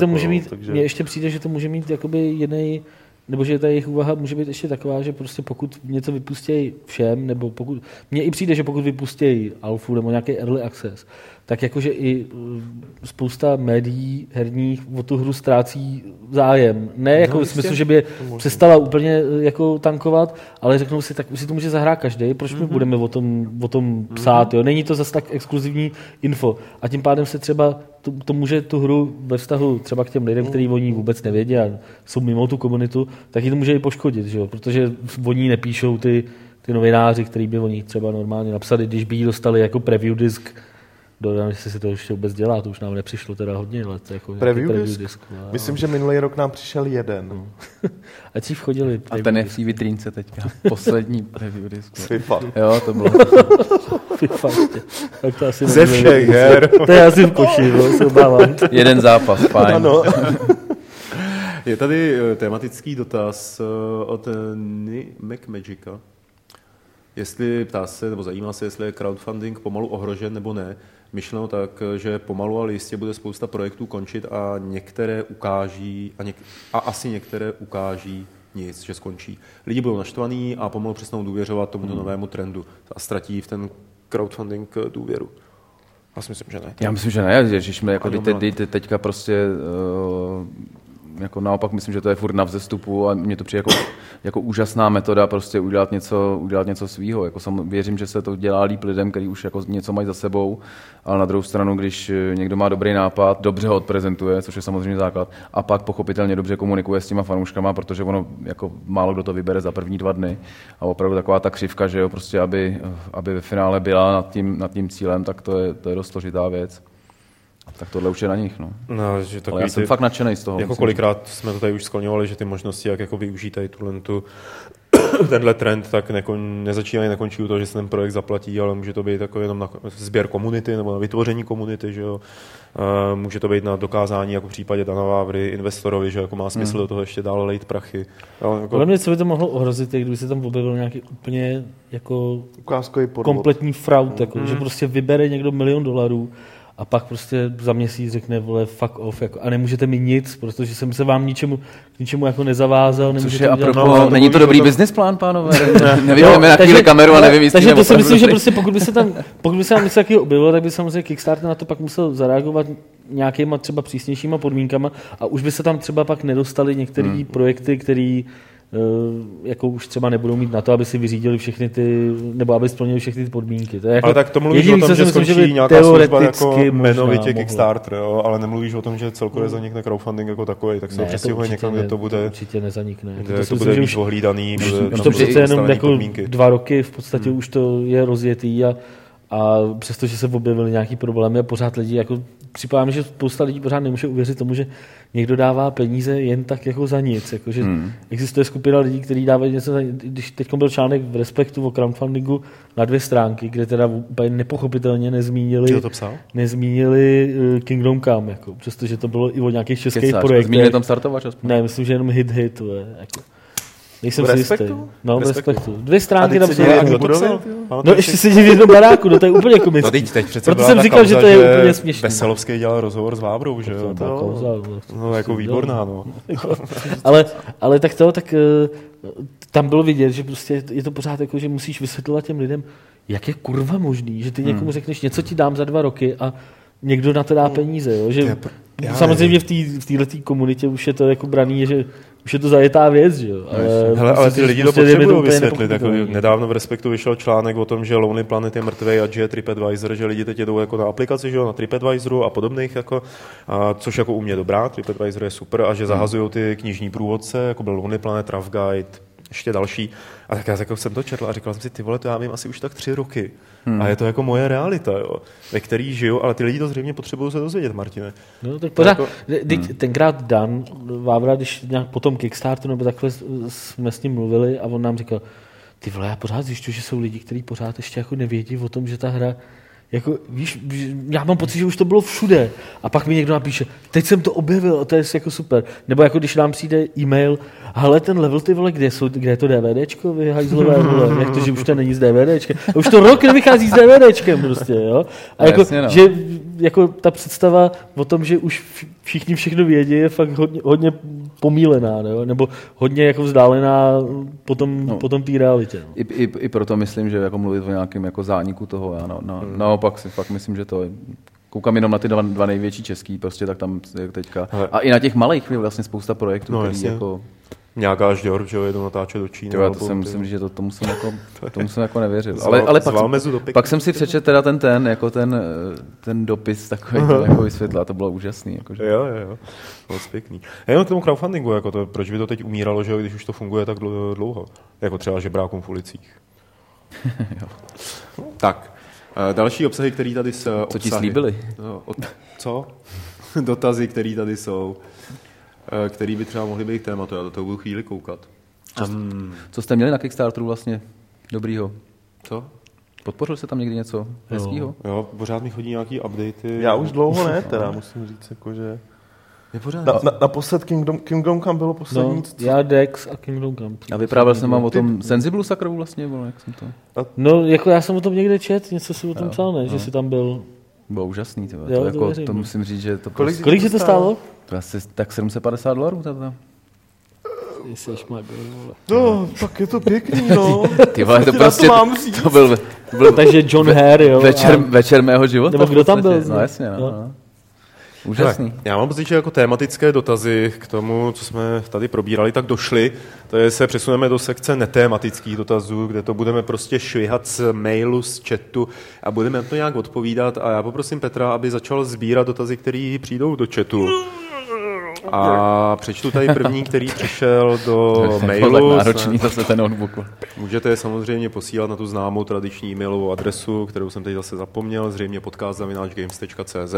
ještě přijde, že to může mít jakoby jiný, nebo že ta jejich úvaha může být ještě taková, že prostě pokud něco vypustějí všem, nebo pokud, mně i přijde, že pokud vypustějí alfu nebo nějaký early access, tak jakože i spousta médií herních o tu hru ztrácí zájem. Ne jako v smyslu, že by je přestala úplně jako tankovat, ale řeknou si, tak si to může zahrát každý, proč my budeme o tom psát, jo? Není to zase tak exkluzivní info. A tím pádem se třeba to může tu hru ve vztahu třeba k těm lidem, kteří o ní vůbec nevědí a jsou mimo tu komunitu, tak ji to může i poškodit, že jo? Protože o ní nepíšou ty novináři, kteří by o ní třeba normálně napsali, když by ji dostali jako preview disk. Dodám, jestli se to ještě vůbec dělá, to už nám nepřišlo teda hodně let. Jako preview disk? Myslím, že minulý rok nám přišel jeden. Ať si vchodili. A ten je v té vitrínce teďka. Poslední preview disk. FIFA. Jo, to bylo. FIFA ještě. Tak to asi ze všech her. To je asi v koši, se obávám. Jeden zápas, fajn. Ano. Je tady tematický dotaz od MacMagica. Jestli ptá se, nebo zajímá se, jestli je crowdfunding pomalu ohrožen nebo ne. Myšleno tak, že pomalu, ale jistě bude spousta projektů končit a některé ukáží, a asi některé ukáží nic, že skončí. Lidi budou naštvaní a pomalu přestanou důvěřovat tomuto novému trendu a ztratí v ten crowdfunding důvěru. Já si myslím, že ne. Já myslím, že ne. Ježišme, jako teďka prostě jako naopak myslím, že to je furt na vzestupu a mně to přijde jako úžasná metoda prostě udělat něco svýho. Jako věřím, že se to dělá líp lidem, kteří už jako něco mají za sebou, ale na druhou stranu, když někdo má dobrý nápad, dobře ho odprezentuje, což je samozřejmě základ, a pak pochopitelně dobře komunikuje s těma fanouškama, protože ono jako málo kdo to vybere za první 2 dny a opravdu taková ta křivka, že jo, prostě aby ve finále byla nad tím cílem, tak to je dost složitá věc. Tak tohle už je na nich, no. Ale já jsem fakt nadšenej z toho. Jako kolikrát jsme to tady už skloňovali, že ty možnosti, jak jako využít tady tenhle trend, tak nezačínají, nekončí u toho, že se ten projekt zaplatí, ale může to být jako jenom na sběr komunity nebo na vytvoření komunity, že jo. Může to být na dokázání, jako v případě Dana Vávry, investorovi, že jako má smysl do toho ještě dále lejt prachy. Podle mě, co by to mohlo ohrozit, je, kdyby se tam objevil nějaký úplně jako kompletní fraud, jako, že prostě vybere někdo $1 milion a pak prostě za měsíc řekne, vole, fuck off, jako, a nemůžete mi nic, protože jsem se vám k ničemu jako nezavázal. Což je apropos, není to dobrý business plán, pánové? Nevidíme na chvíli kameru a nevím, takže to si myslím, že prostě pokud by se tam něco takového objevilo, tak by samozřejmě Kickstarter na to pak musel zareagovat nějakýma třeba přísnějšíma podmínkama a už by se tam třeba pak nedostali některé projekty, které jako už třeba nebudou mít na to, aby si vyřídili všechny ty, nebo aby splnili všechny ty podmínky. To je jako ale tak to mluvíš o tom, že skončí nějaká služba jako jmenovitě Kickstarter, jo? Ale nemluvíš o tom, že celkově zanikne crowdfunding jako takový, tak se přestěhuje někam, kde to bude. Určitě nezanikne. To bude víc ohlídaný. Už to přece jenom jako 2 roky v podstatě už to je rozjetý a přestože se objevily nějaký problémy a pořád lidi jako připadám, že spousta lidí pořád nemůže uvěřit tomu, že někdo dává peníze jen tak jako za nic. Jako, že existuje skupina lidí, kteří dávají něco za nic. Když teď byl článek v Respektu o crowdfundingu na 2 stránky, kde teda úplně nepochopitelně nezmínili Kingdom Come, jako, přestože to bylo i o nějakých českých projektech. Zmínili tam startovač aspoň? Ne, myslím, že jenom hit. Jako. Nejsem si jistý. No, v Respektu. 2 stránky tam jsou. No, ještě sedí v jednom baráku, to je úplně komický. No, teď přece proto jsem říkal, že to je úplně směšný. Veselovský dělal rozhovor s Vábrou, že jo? No, jako výborná, no. Ale tak tam bylo vidět, že prostě je to pořád jako, že musíš vysvětlovat těm lidem, jak je kurva možný, že ty někomu řekneš, něco ti dám za 2 roky a někdo na to dá peníze, jo? Že samozřejmě v této komunitě už je to jako braný, že už je to zajetá věc, že jo. Ale ty lidi to potřebují vysvětlit. Jako nedávno v Respektu vyšel článek o tom, že Lonely Planet je mrtvej a že je TripAdvisor, že lidi teď jedou jako na aplikaci, že jo, na TripAdvisoru a podobných, jako, což jako u mě dobrá, TripAdvisor je super a že zahazují ty knižní průvodce, jako byl Lonely Planet, Rough Guide, ještě další. A tak já jako jsem to četl a říkal jsem si, ty vole, to já vím asi už tak 3 roky. A je to jako moje realita, jo, ve který žiju, ale ty lidi to zřejmě potřebují se dozvědět, Martine. No, tak pořád, tenkrát Dan Vávra, když nějak po tom Kickstarteru nebo takhle jsme s ním mluvili a on nám říkal, ty vole, já pořád zjišťuji, že jsou lidi, kteří pořád ještě jako nevědí o tom, že ta hra jako, víš, já mám pocit, že už to bylo všude. A pak mi někdo napíše, teď jsem to objevil, a to je jako super. Nebo jako když nám přijde e-mail, hele, ten level, ty vole, kde je to DVDčko, vy hajzlové, vole, jak to, že už to není z DVDčkem. A už to rok nevychází s DVDčkem prostě, jo. A jako, jasně, no. Že jako ta představa o tom, že už všichni všechno vědí, je fakt hodně pomílená, jo? Nebo hodně jako vzdálená potom té realitě. No. I proto myslím, že jako mluvit o nějakém jako zániku toho, já naopak si fakt myslím, že to je, koukám jenom na ty 2 největší český, prostě tak tam je teďka. A i na těch malých je vlastně spousta projektů, který jako... Nějaká žďor, že jo, jedu natáčet do Číny. Já to jsem musím říct, že tomu jsem jako nevěřil. Ale pak jsem si přečetl teda ten dopis takový, jako vysvětlil, to bylo úžasný. Jakože. Jo, bylo pěkný. A jenom k tomu crowdfundingu, jako to, proč by to teď umíralo, že jo, když už to funguje tak dlouho, jako třeba žebrákům v ulicích. Tak, další obsahy, které tady jsou. Co ti slíbili? Co? Dotazy, které tady jsou. Který by třeba mohli být tématu. Já do toho budu chvíli koukat. Co jste měli na Kickstarteru vlastně dobrýho? Co? Podpořil se tam někdy něco hezkýho? Jo, pořád mi chodí nějaký updaty. Já už dlouho ne, teda musím říct, jakože... Naposled Kingdom Come bylo poslední. No, já Dex a Kingdom Come. A vyprávěl jsem vám o tom Sensible Sakru vlastně, bylo, jak jsem to... No, jako já jsem o tom někde čet, něco si o tom psal, ne, že jsi tam byl... Bylo úžasný, to musím říct, že to... Kolik se to stálo? To asi tak $750 teda. No, tak je to pěkný, no. Ty vole, to prostě, to byl takže John Hare, jo. Večer mého života. Nebo kdo tam byl? No jasně, no. Úžasný. Já mám pocit, že jako tematické dotazy k tomu, co jsme tady probírali, tak došly. To je, se přesuneme do sekce netématických dotazů, kde to budeme prostě švihat z mailu, z chatu a budeme to nějak odpovídat. A já poprosím Petra, aby začal sbírat dotazy, které přijdou do chatu. A přečtu tady první, který přišel do mailu. Tak náročný zase ten notebook. Můžete samozřejmě posílat na tu známou tradiční e-mailovou adresu, kterou jsem teď zase zapomněl, zřejmě podcast@games.cz.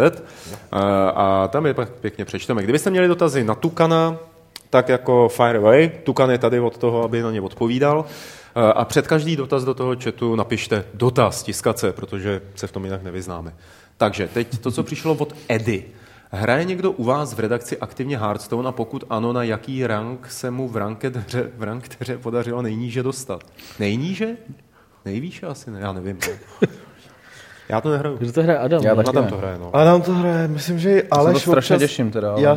A tam je pak pěkně přečteme. Kdybyste měli dotazy na Tukana, tak jako fire away. Tukan je tady od toho, aby na ně odpovídal. A před každý dotaz do toho chatu napište dotaz, tiskat se, protože se v tom jinak nevyznáme. Takže teď to, co přišlo od Edy. Hraje někdo u vás v redakci aktivně Hearthstone a pokud ano, na jaký rank se mu v rankteře podařilo nejníže dostat? Nejníže? Nejvýše asi ne, já nevím. Já to nehraju. Kdo to hraje? Adam? Adam to hraje, no. Adam to hraje, myslím, že i Aleš občas... strašně těším teda. Ale...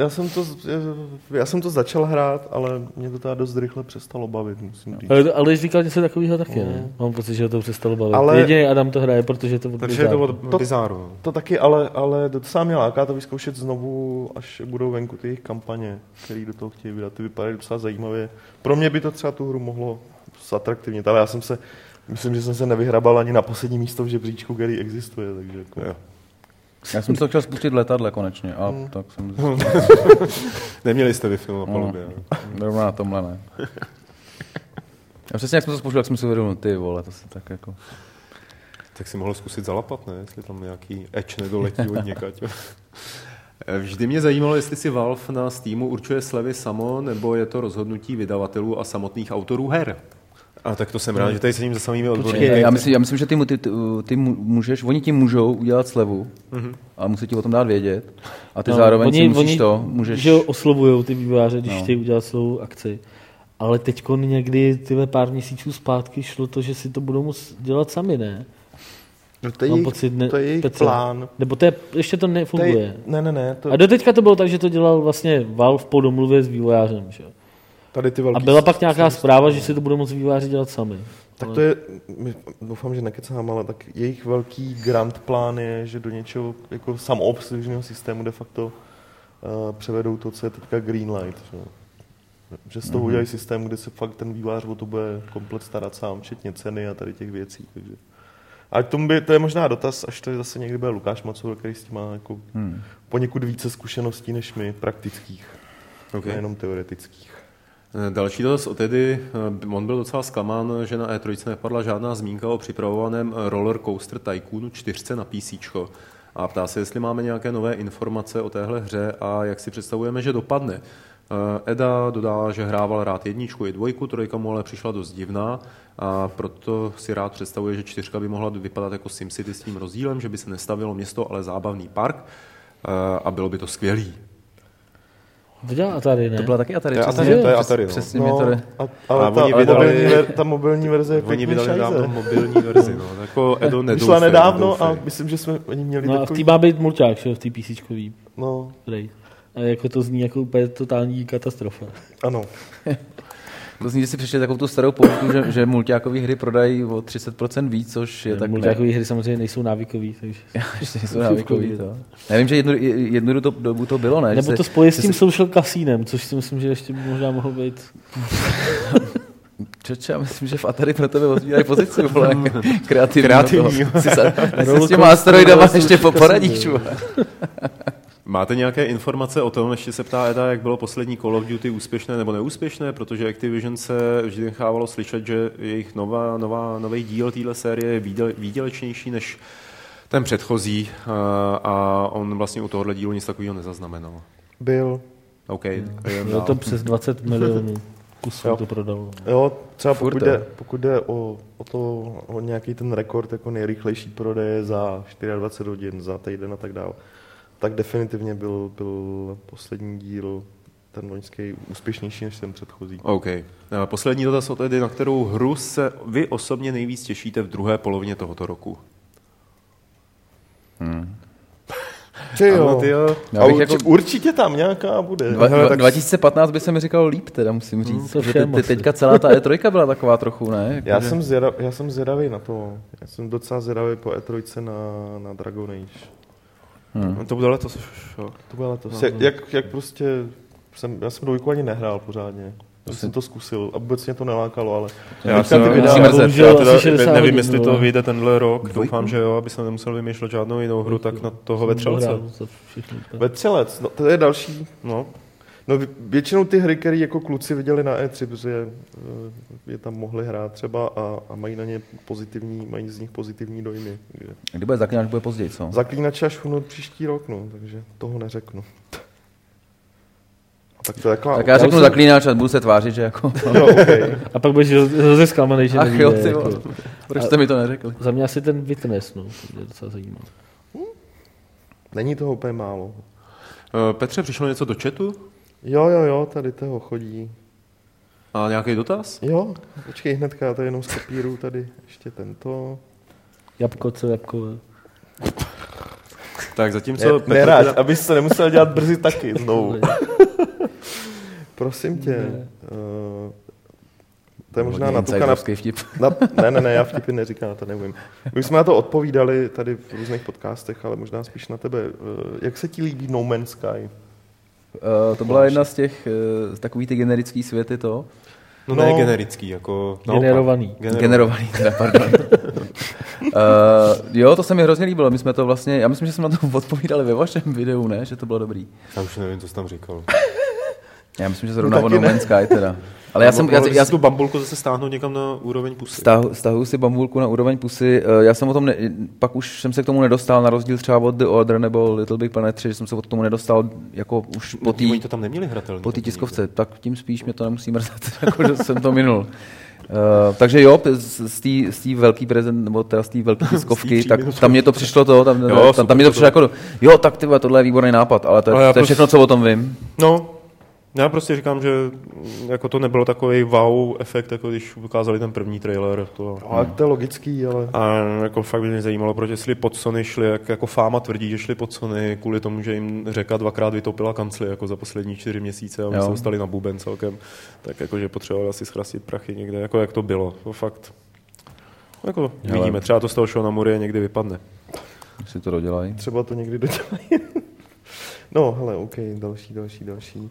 Já jsem to začal hrát, ale mě to teda dost rychle přestalo bavit, musím říct. Ale říkal něco takového taky, ne? Mám pocit, že to přestalo bavit. Ale... Jediný Adam to hraje, protože to od Takže je to od Bizáru. To taky, ale to sám mě láká to vyzkoušet znovu, až budou venku ty jejich kampaně, které do toho chtějí vydat. Ty vypadají docela zajímavě. Pro mě by to třeba tu hru mohlo zatraktivnit, ale myslím, že jsem se nevyhrabal ani na poslední místo v žebříčku, který existuje, takže jako... Jo. Já jsem to chtěl spustit letadle konečně, a tak jsem... Neměli jste Wi-Fi na palubě. Rovná na tomhle ne. Já přesně jak jsem to spouštěl, jak jsem si uvědomil, ty vole, to se tak jako... Tak si mohl zkusit zalapat, ne? Jestli tam nějaký edge nedoletí od někať. Vždy mě zajímalo, jestli si Valve na Steamu určuje slevy samo, nebo je to rozhodnutí vydavatelů a samotných autorů her. A tak to jsem rád, že tady sedím za samými odborníky. Já myslím, že ty můžeš, oni ti můžou udělat slevu, ale musí ti o tom dát vědět. A ty zároveň si musíš to, můžeš... Že oslovujou ty vývojáře, když chtějí udělat svou akci. Ale teďko někdy pár měsíců zpátky šlo to, že si to budou muset dělat sami, ne? No to je jejich plán. Nebo ještě to nefunguje. Ne. A doteďka to bylo tak, že to dělal vlastně Valve po domluvě s vývojářem, že? A byla pak nějaká zpráva, že si to budou moct vývojáři dělat sami. Tak to je, doufám, že nekecám, ale tak jejich velký grand plán je, že do něčeho jako samoobslužného systému de facto převedou to, co je teďka Greenlight. Že z toho udělají systém, kde se fakt ten vývojář o to bude komplet starat sám, včetně ceny a tady těch věcí. Takže. A to je možná dotaz, až to zase někdy bude Lukáš Macur, který s tím má jako poněkud více zkušeností než my, praktických, nejenom teoretických. Další dotaz od Edy. On byl docela zklamán, že na E3 nepadla žádná zmínka o připravovaném Roller Coaster Tycoonu 4 na PC. A ptá se, jestli máme nějaké nové informace o téhle hře a jak si představujeme, že dopadne. Eda dodá, že hrával rád 1 i 2, 3 mu ale přišla dost divná a proto si rád představuje, že 4 by mohla vypadat jako SimCity s tím rozdílem, že by se nestavilo město, ale zábavný park a bylo by to skvělý. To dělá Atari, ne? To byla taky Atari. To je Atari, no. Přesně mi to jde. Ale ta mobilní verze je oni vydali dávno mobilní verzi, no. Jako Edo nedoufej. Vyšla nedávno a myslím, že jsme oni měli takový... a v té má být mulťák, v té PCčkový. No. A jako to zní jako úplně totální katastrofa. Ano. To zní, že si přišli takovou tu starou poučku, že mulťákové hry prodají o 30% víc, což je tak... Mulťákové hry samozřejmě nejsou návykový, takže... Ještě nejsou návykový, to. Já vím, že jednu dobu to bylo, ne? Nebo to spojí s tím social casinem, což si myslím, že ještě by možná mohlo být... Já myslím, že v Atari pro tebe odzvírají pozici, vole, kreativní. Si s těma asteroidama ještě poradíš, Máte nějaké informace o tom, ještě se ptá Eda, jak bylo poslední Call of Duty úspěšné nebo neúspěšné, protože Activision se vždy nechávalo slyšet, že jejich nový díl téhle série je výdělečnější než ten předchozí a on vlastně u tohohle dílu nic takového nezaznamenal. Byl. OK. Bylo to přes 20 milionů kusů to prodalo. Jo, třeba pokud jde o nějaký ten rekord jako nejrychlejší prodeje za 24 hodin, za týden a tak dále, tak definitivně byl poslední díl, ten loňský, úspěšnější než ten předchozí. OK. Poslední dotaz od Edy, na kterou hru se vy osobně nejvíc těšíte v druhé polovině tohoto roku? Určitě tam nějaká bude. 2015 by se mi říkalo líp, teda musím říct. Teďka celá ta E3 byla taková trochu, ne? Já jsem zvědavý na to. Já jsem docela zvědavý po E3 na Dragon Age. To bude letos. To bude letos. Jak prostě, já jsem 2 ani nehrál pořádně. Já jsem to zkusil a vůbec mě to nelákalo, ale... Nevím, jestli to vyjde tenhle rok. Doufám, že jo, aby se nemusel vymýšlet žádnou jinou hru, tak na toho Vetřelce. Vetřelec, no to je další, no. No většinou ty hry, které jako kluci viděli na E3, protože je tam mohli hrát třeba a mají na ně mají z nich pozitivní dojmy. Kdy bude Zaklínač, bude později, co? Zaklínač až příští rok, no, takže toho neřeknu. Tak já řeknu Zaklínač a budu se tvářit, že jako... No, okay. A pak budeš hrozně zklamaný, že nevíde. Ach jo, ty proč jste mi to neřekli? Za mě asi ten Witness, no, to je docela zajímavé. Není toho úplně málo. Petře, přišlo něco do chatu? Jo, tady toho chodí. A nějaký dotaz? Jo, počkej hnedka, já tady jenom z papíru tady ještě tento. Jabko. Tak zatímco... Neráž, abys se nemusel dělat brzy taky znovu. Prosím tě. To je možná natuka vtip. Ne, já vtipy neříkám, to nevím. My jsme na to odpovídali tady v různých podcastech, ale možná spíš na tebe. Jak se ti líbí No Man's Sky? To byla jedna z těch takový ty generický světy to. No ne generický, jako... Generovaný, teda, pardon. Jo, to se mi hrozně líbilo. My jsme to vlastně, já myslím, že jsme na to odpovídali ve vašem videu, ne? Že to bylo dobrý. Já už nevím, co jsi tam říkal. Já myslím, že zrovna No Man's Sky teda. Ale já tu bambulku zase stáhnout někam na úroveň pusy. Stahuju si bambulku na úroveň pusy. Já jsem o tom, pak už jsem se k tomu nedostal, na rozdíl třeba od The Order nebo Little Big Planet 3, že jsem se k tomu nedostal jako už po té... Oni to tam neměli hratelný. Po té tiskovce, tak tím spíš mě to nemusí mrzet, jako že jsem to minul. Takže jo, z té velký prezent, nebo teda z té velké tiskovky, tak tam mě to přišlo tam mě to přišlo jako, jo, tak tyhle, tohle je výborný nápad, ale to je všechno, co o tom vím. No, já prostě říkám, že jako to nebylo takový wow efekt, jako když ukázali ten první trailer. To je logický, ale... A jako fakt by mě zajímalo, proč jestli pod Sony šli, jako Fáma tvrdí, že šli pod Sony kvůli tomu, že jim Řeka 2krát vytopila kancly jako za poslední 4 měsíce a oni se dostali na buben celkem. Tak jakože potřebovali asi schrastit prachy někde, jako jak to bylo. To fakt, jako vidíme, třeba to z toho show na Murie někdy vypadne. Si to dodělají. Třeba to někdy dodělají. No, hele, OK, další.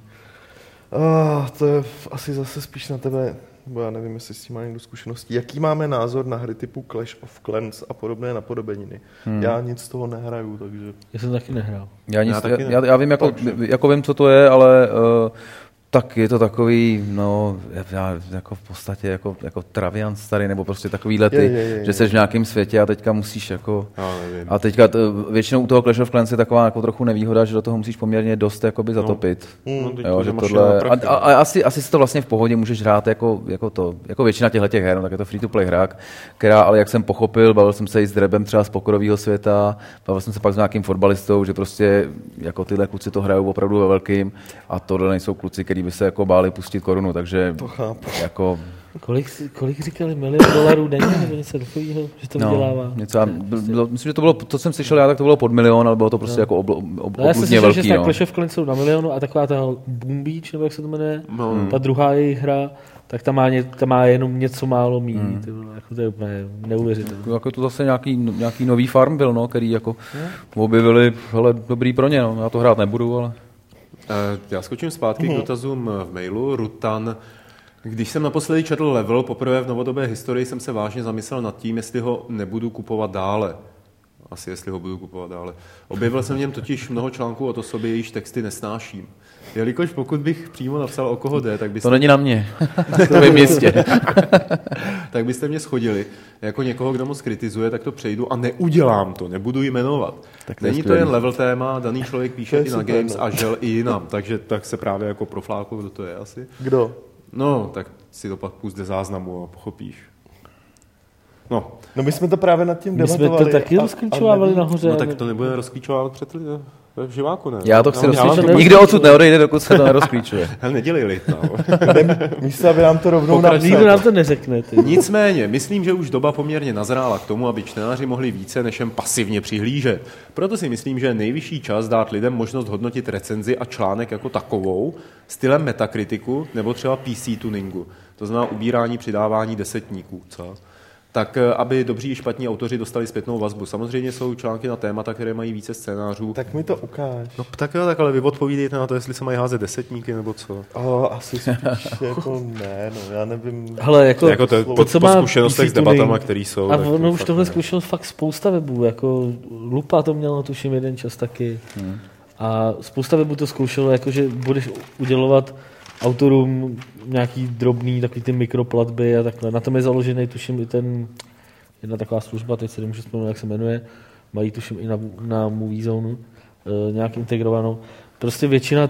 To je asi zase spíš na tebe, bo já nevím, jestli s tím má někdo zkušeností. Jaký máme názor na hry typu Clash of Clans a podobné napodobeniny? Já nic z toho nehraju, takže... Já jsem taky nehrál. Já vím, jako vím, co to je, ale tak je to takový, no, jako v podstatě jako Travian starý, nebo prostě takový lety, že jsi v nějakém světě a teďka musíš jako... A teďka většinou u toho Clash of Clans je taková jako trochu nevýhoda, že do toho musíš poměrně dost jakoby zatopit. Jo, že tohle, a asi si to vlastně v pohodě můžeš hrát jako většina těchto her, no, tak je to free-to-play hra, která, ale jak jsem pochopil, bavil jsem se i s Drebem třeba z pokorového světa, bavil jsem se pak s nějakým fotbalistou, že prostě jako tyhle kluci to hrajou opravdu ve velkým a tohle nejsou kluci, který by se jako báli pustit korunu, takže to chápu. Jako... Kolik říkali, $1 milion denně, nebo něco takového, že to vydělává? Myslím, že to bylo, to jsem slyšel já, tak to bylo pod milion, ale bylo to prostě jako obludně velký. Já jsem slyšel, že Clash of Clans jsou na milionu a taková ta Boom Beach, nebo jak se to jmenuje, ta druhá jejich hra, tak tam má jenom něco málo míní. Jako to je úplně neuvěřitelné. Jako to zase nějaký nový farm byl, no, který jako objevili, hele, dobrý pro ně, no. Já to hrát nebudu, ale... Já skočím zpátky k dotazům v mailu. Rutan, když jsem naposledy četl Level, poprvé v novodobé historii jsem se vážně zamyslel nad tím, jestli ho nebudu kupovat dále. Asi jestli ho budu kupovat dále. Objevil jsem v něm totiž mnoho článků o sobě, jejíž texty nesnáším. Jelikož pokud bych přímo napsal, o koho jde, tak byste... To není na mě. To vím jistě. Tak byste mě shodili. Jako někoho, kdo moc kritizuje, tak to přejdu a neudělám to, nebudu jmenovat. Není to jen Level téma, daný člověk píše i na Games a žel i jinam, takže tak se právě jako proflákl, kdo to je asi. Kdo? No, tak si to pak pusť záznamu a pochopíš. No, my jsme to právě nad tím debatovali. My jsme to taky rozklíčovávali nahoře. No tak to nebude rozklíčovávat před v živáku, ne? Já to chci rozklíčovat. Nikdo odsud neodejde, dokud se to nerozklíčuje. Nedělej lid, no. Místo, aby nám to rovnou nikdo nám to neřekne. Nicméně, myslím, že už doba poměrně nazrála k tomu, aby čtenáři mohli více než jen pasivně přihlížet. Proto si myslím, že je nejvyšší čas dát lidem možnost hodnotit recenzi a článek jako takovou, stylem metakritiku nebo třeba PC tuningu. To znamená ubírání, přidávání desetníků, co? tak aby dobří i špatní autoři dostali zpětnou vazbu. Samozřejmě jsou články na témata, které mají více scénářů. Tak mi to ukáž. No tak jo, tak ale vy odpovídejte na to, jestli se mají házet desetníky nebo co. Asi spíš jako ne, no já nevím. Hele, jako to po zkušenostech s debatama, které jsou. A no už tohle zkušenost fakt spousta webů, jako Lupa to mělo tuším jeden čas taky. A spousta webů to zkoušelo, jakože budeš udělovat autorům nějaký drobný, takový ty mikroplatby a takhle. Na tom je založený, tuším, i jedna taková služba, teď se nemůžu vzpomenout, jak se jmenuje, mají tuším i na Movie Zone nějak integrovanou. Prostě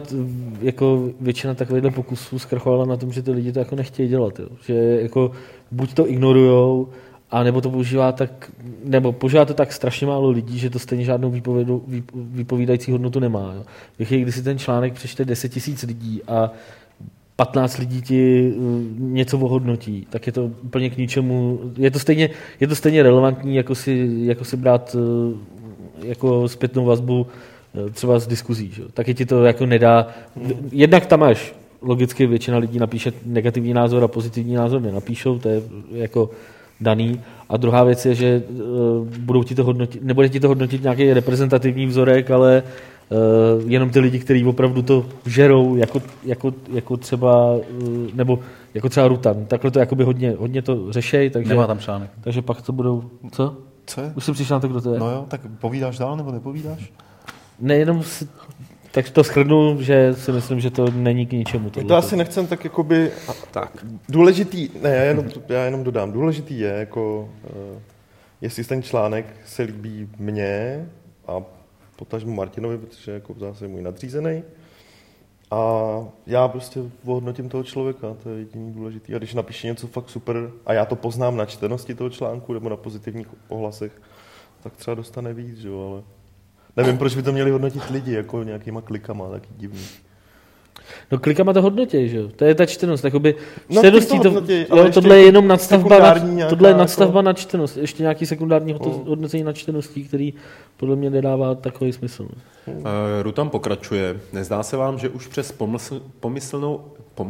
většina takovýchhle pokusů zkrachovala na tom, že ty lidi to jako nechtějí dělat. Jo. Že jako buď to ignorujou, a nebo to používáte tak strašně málo lidí, že to stejně žádnou vypovídající hodnotu nemá. Jo. Když si ten článek přečte 10 000 lidí a 15 lidí ti něco ohodnotí, tak je to úplně k ničemu. Je to stejně relevantní, jako si brát jako zpětnou vazbu třeba z diskuzí. Že? Taky ti to jako nedá. Jednak tam máš logicky většina lidí napíše negativní názor a pozitivní názor nenapíšou, to je jako daný. A druhá věc je, že nebude ti to hodnotit nějaký reprezentativní vzorek, ale jenom ty lidi, kteří opravdu to žerou, jako třeba, nebo jako třeba Rutan. Takhle to jakoby hodně to řešej, takže nemá tam článek. Takže pak to budou, co? Co je? Už jsem přišel na to, kdo to je. No jo, tak povídáš dál nebo nepovídáš? Ne, jenom tak to shrnu, že si myslím, že to není k ničemu. To asi nechcem tak jakoby. Tak. Důležitý, ne, já jenom dodám, důležitý je, jako, jestli ten článek se líbí mně a potažmu Martinovi, protože jako v zásadě můj nadřízený. A já prostě ohodnotím toho člověka, to je jediný důležitý. A když napíše něco fakt super a já to poznám na čtenosti toho článku nebo na pozitivních ohlasech, tak třeba dostane víc, že jo, ale nevím, proč by to měli hodnotit lidi, jako nějakýma klikama, taky divný. No klikama to hodnotí, že jo? To je ta čtenost. Jakoby čteností tohle je jenom nadstavba na čtenost. Ještě nějaký sekundární hodnocení na čteností, který podle mě nedává takový smysl. Rutan pokračuje. Nezdá se vám, že už přes pomyslnou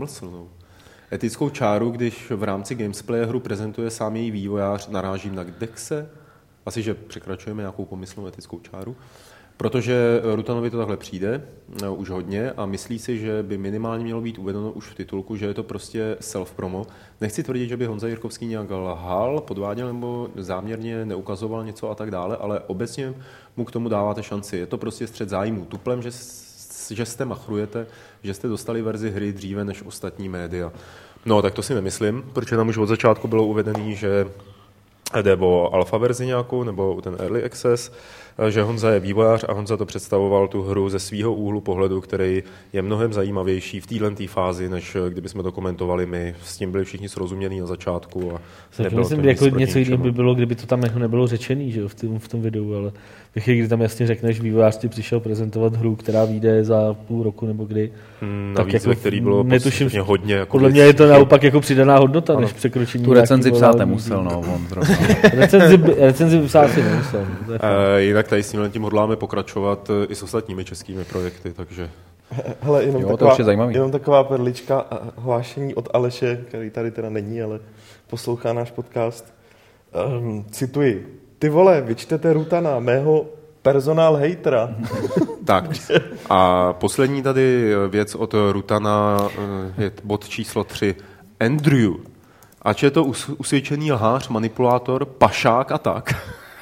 etickou čáru, když v rámci Gamesplay hru prezentuje sám její vývojář, narážím na Dexe? Asi, že překračujeme nějakou pomyslnou etickou čáru. Protože Rutanovi to takhle přijde už hodně a myslí si, že by minimálně mělo být uvedeno už v titulku, že je to prostě self-promo. Nechci tvrdit, že by Honza Jirkovský nějak lhal, podváděl nebo záměrně neukazoval něco a tak dále, ale obecně mu k tomu dáváte šanci. Je to prostě střet zájmů. Tuplem, že jste machrujete, že jste dostali verzi hry dříve než ostatní média. No, tak to si nemyslím, protože tam už od začátku bylo uvedený, že jde o alfa verzi nějakou, nebo ten early access, že Honza je vývojář a Honza to představoval tu hru ze svýho úhlu pohledu, který je mnohem zajímavější v této fázi, než kdybychom to komentovali my. S tím byli všichni srozumění na začátku. A myslím, jako něco jiného by bylo, kdyby to tam nebylo řečený, že v tom videu, ale ve chvíli, kdy tam jasně řekneš, vývojář ti přišel prezentovat hru, která vyjde za půl roku nebo kdy. Tak jako který bylo netuším, hodně. Jako podle mě je to naopak jako přidaná hodnota, než překročení. Tu recenzi psát nemusel, no, on zrovna. recenzi psát si nemusel. Jinak tady s tím hodláme pokračovat i s ostatními českými projekty, takže... Hele, jenom taková perlička hlášení od Aleše, který tady teda není, ale poslouchá náš podcast. Cituji. Ty vole, vyčtete Rutana, mého personál hejtera. Tak. A poslední tady věc od Rutana je bod číslo 3. Andrew. Ač je to usvědčený lhář, manipulátor, pašák a tak.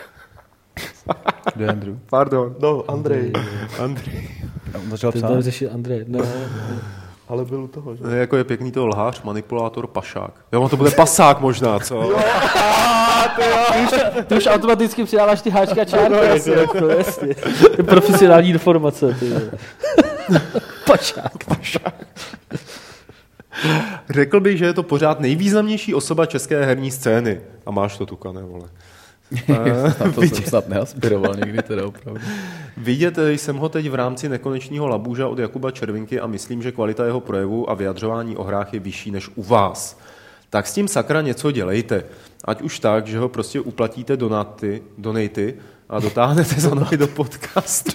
Kde je Andrew? Pardon. No, Andrej. Začal psát? Ty řešit Andrej. No. Ale byl u toho, že? Jako je pěkný to lhář, manipulátor, pašák. Jo, to bude pasák možná, co? Ty už automaticky přidáváš ty háčky a čárky. No, jasně. Profesionální informace. Pašák. Řekl bych, že je to pořád nejvýznamnější osoba české herní scény. A máš to, Tukane, vole. Na to jsem snad neaspiroval někdy teda opravdu. Vidět jsem ho teď v rámci Nekonečního labůža od Jakuba Červinky a myslím, že kvalita jeho projevu a vyjadřování o hrách je vyšší než u vás. Tak s tím sakra něco dělejte. Ať už tak, že ho prostě uplatíte donaty a dotáhnete za nohy do podcastu.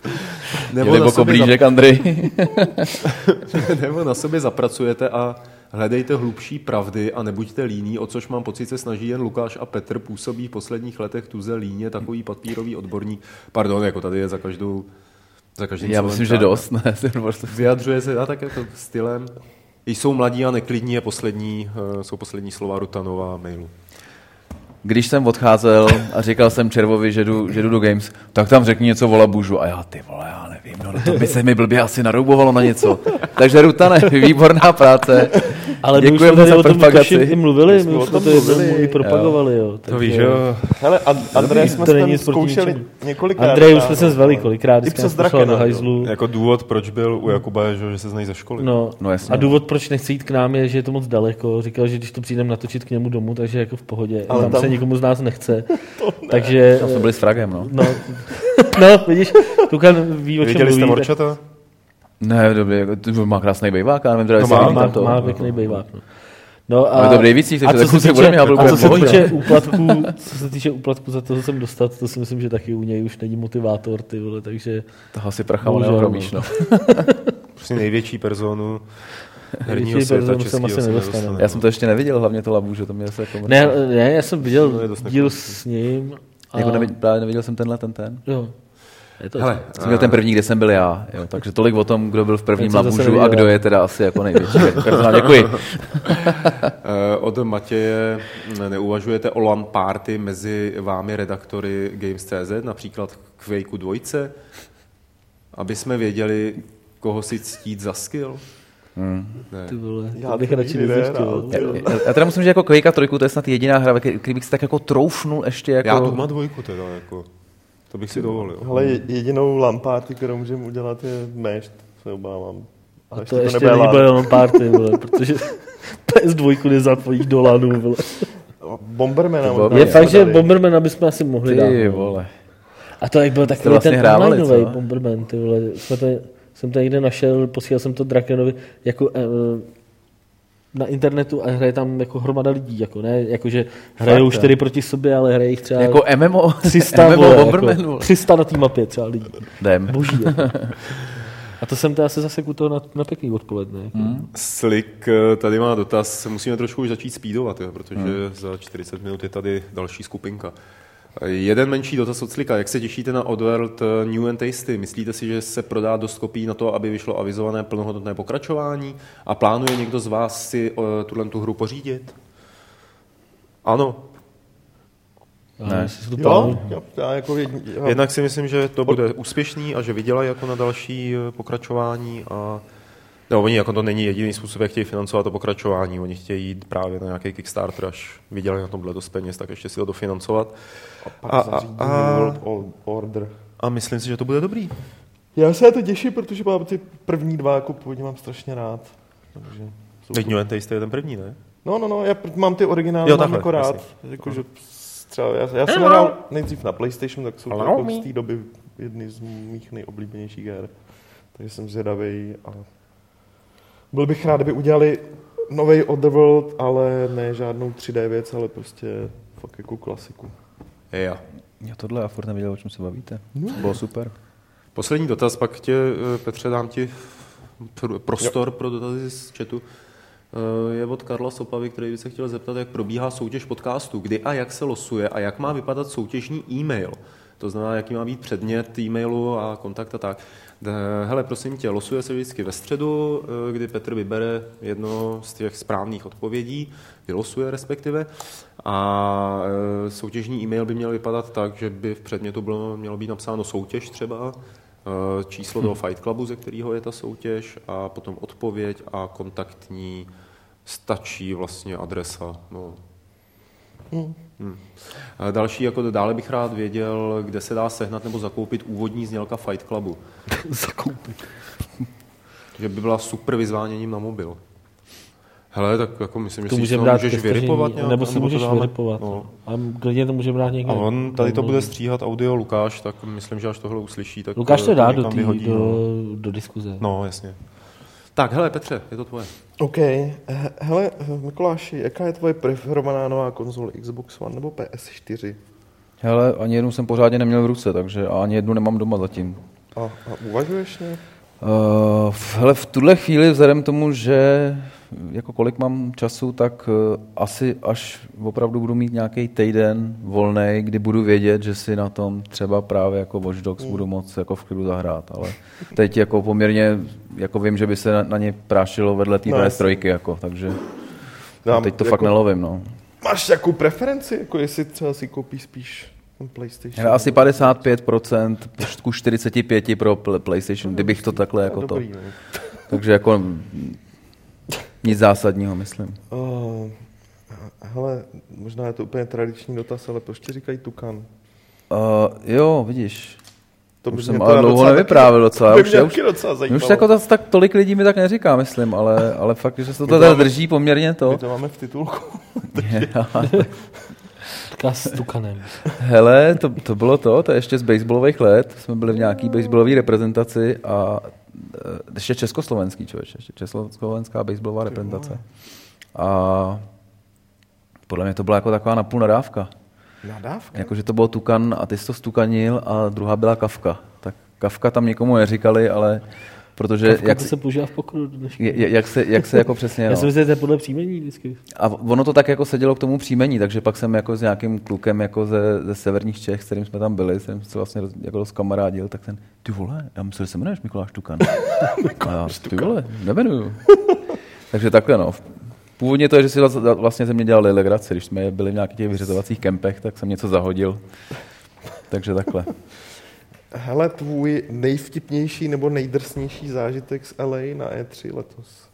Nebo na sobě Andrej. Nebo na sobě zapracujete a Hledejte hlubší pravdy a nebuďte líní, o což mám pocit se snaží jen Lukáš a Petr, působí v posledních letech tuze líně, takový papírový odborník. Pardon, jako tady je za každým Já myslím, že dost. Ne? Vyjadřuje se tak jako stylem. Jsou mladí a neklidní, jsou poslední slova Rutanova mailu. Když jsem odcházel a říkal jsem Červovi, že jdu do Games, tak tam řekni něco o Labužu. A já, ty vole, já nevím, no to by se mi blbě asi naroubovalo na něco. Takže Rutane, výborná práce. Ale my už jsme tady o tom i mluvili, my už jsme to i propagovali. Jo. To víš, jo. Hele, Andrej jsme tam zkoušeli několikrát. Andrej už jsme se zvali kolikrát, když jsme poslal do hajzlu. Jako důvod, proč byl u Jakuba, že se znají ze školy. No a důvod, proč nechce jít k nám, je, že je to moc daleko. Říkal, že když to přijdeme natočit k němu domů, takže jako v pohodě. Ale tam se nikomu z nás nechce. Takže tam jsme byli s Fragem, no. No, vidíš, Tukan ví, o čem viděli mluví. Jste Morčata? Ne, dobrý, má krásný bejvák, já nevím, má pěkný bejvák, no. No a dobrý vící, a co se týče úplatku za to, co jsem dostat, to si myslím, že taky u něj už není motivátor, ty vole, takže... Toho si prachal neohromíš, no. Prostě největší personu herního světa českého se nedostane. Já jsem to ještě neviděl, hlavně to Labuže, to mě se jako... Ne, já jsem viděl díl s ním. Jako právě neviděl jsem ten. Jo. Hele, jsem měl ten první, kde jsem byl já, jo, takže tolik o tom, kdo byl v prvním Labužu a kdo je teda asi jako největší. Děkuji. Od Matěje, neuvažujete o LAN party mezi vámi redaktory Games.cz, například k Quakeu 2, aby jsme věděli, koho si ctít za skill? Ty vole, já bych radši nezjistil. Já teda musím, že jako Quakea 3 to je snad jediná hra, který bych si tak jako troufnul ještě jako... Já tu mám 2 teda jako... To bych si dovolil. Ale jedinou LAN party, kterou můžeme udělat, je Mesh, se obávám. A to ještě nebude LAN party, protože PS2 nezapojíš do LANu, vole. Bombermana. Je fakt, že Bombermana bychom asi mohli dát. Ty vole. A to jak byl takový vlastně ten onlineový Bomberman, ty vole. Jsem to někde našel, posílal jsem to Drakenovi jako... na internetu a hraje tam jako hromada lidí, jako ne, jakože hrajou 4 proti sobě, ale hraje jich třeba jako MMO 300, jako 300 na té mapě třeba lidí. Boží. Jako. A to jsem to asi zase u toho na pěkný odpoledne. Jako. Slik tady má dotaz, musíme trošku už začít speedovat, jo, protože za 40 minut je tady další skupinka. Jeden menší dotaz od Slika. Jak se těšíte na Oddworld New and Tasty? Myslíte si, že se prodá dost kopií na to, aby vyšlo avizované plnohodnotné pokračování? A plánuje někdo z vás si tu hru pořídit? Ano. Ne. Jednak si myslím, že to bude úspěšný a že vydělají jako na další pokračování a no, oni jako to není jediný způsob, jak chtějí financovat to pokračování. Oni chtějí jít právě na nějaký Kickstarter, až vydělají na tomhle dost peněz, tak ještě si ho dofinancovat. World Order. A myslím si, že to bude dobrý. Já se na to těším, protože mám ty první 2, jako původně mám strašně rád. Teď New and Tasty je ten první, ne? No, já mám ty originály, mám jako rád. Jako, že třeba, já jsem hrál nejdřív na PlayStation, tak jsou to jako z té doby jedny z mých nejoblíbenějších her. Takže jsem zvědavý a byl bych rád, kdyby udělali nový Otherworld, ale ne žádnou 3D věc, ale prostě fakt jako klasiku. Já tohle já furt nevěděl, o čem se bavíte. Bylo super. Poslední dotaz, pak Petře, dám ti prostor pro dotazy z chatu. Je od Karla Sopavy, který by se chtěl zeptat, jak probíhá soutěž podcastu, kdy a jak se losuje a jak má vypadat soutěžní e-mail. To znamená, jaký má být předmět e-mailu a kontakt a tak. Hele, prosím tě, losuje se vždycky ve středu, kdy Petr vybere jedno z těch správných odpovědí, vylosuje respektive. A soutěžní e-mail by měl vypadat tak, že by v předmětu mělo být napsáno soutěž třeba, číslo do Fight Clubu, ze kterého je ta soutěž, a potom odpověď a kontaktní, stačí vlastně adresa. No. Další, jako dále bych rád věděl, kde se dá sehnat nebo zakoupit úvodní znělka Fight Clubu. Zakoupit. Že by byla super vyzváněním na mobil. Hele, tak jako myslím, že si to můžeš vyrypovat nějak. Nebo si můžeš vyrypovat. No. A klidně to můžeme dát někde. A on tady to bude stříhat audio Lukáš, tak myslím, že až tohle uslyší. Tak Lukáš to dá do diskuze. No, jasně. Tak, hele Petře, je to tvoje. OK. Hele, Mikuláši, jaká je tvoje preferovaná nová konzole, Xbox One nebo PS4? Hele, ani jednu jsem pořádně neměl v ruce, takže ani jednu nemám doma zatím. A uvažuješ nějak? Hele, v tuhle chvíli vzhledem tomu, že jako kolik mám času, tak asi až opravdu budu mít nějaký týden volnej, kdy budu vědět, že si na tom třeba právě jako Watch Dogs budu moc jako v klidu zahrát, ale teď jako poměrně jako vím, že by se na ně prášilo vedle té PS3, jako, takže teď to jako fakt nelovím, no. Máš jakou preferenci, jako jestli třeba si koupíš spíš PlayStation? Asi 55% ku 45% pro PlayStation, kdybych to takhle jako dobrý, to. Takže jako nic zásadního, myslím. Hele, možná je to úplně tradiční dotaz, ale proč ti říkají Tukan? Jo, vidíš. To už jsem ale dlouho nevyprávil docela. Už jako tak tolik lidí mi tak neříká, myslím, ale fakt, že se to tady drží poměrně to. My to máme v titulku. S Tukanem. Hele, to bylo to je ještě z baseballových let. Jsme byli v nějaký baseballové reprezentaci a ještě československý člověk, ještě československá baseballová reprezentace. A podle mě to byla jako taková napůl nadávka. Nadávka? Jakože to byl Tukan a ty jsi to stukanil a druhá byla Kafka. Tak Kafka tam nikomu neříkali, ale protože... Kafka jak to se používá v pokru. Jak se jako přesně... Já si myslím, že to je podle příjmení vždycky. A ono to tak jako sedělo k tomu příjmení, takže pak jsem jako s nějakým klukem jako ze severních Čech, s kterým jsme tam byli, jsem se vlastně jako dost kamarádil, tak ten, ty vole, já myslím, že se jmenuješ Mikuláš Tukan. Ty vole, nemenuju. Takže takhle no. Původně to je, že si vlastně ze mě dělali legraci, když jsme byli v nějakých těch vyřizovacích kempech, tak jsem něco zahodil. Takže takhle. Hele, tvůj nejvtipnější nebo nejdrsnější zážitek z LA na E3 letos?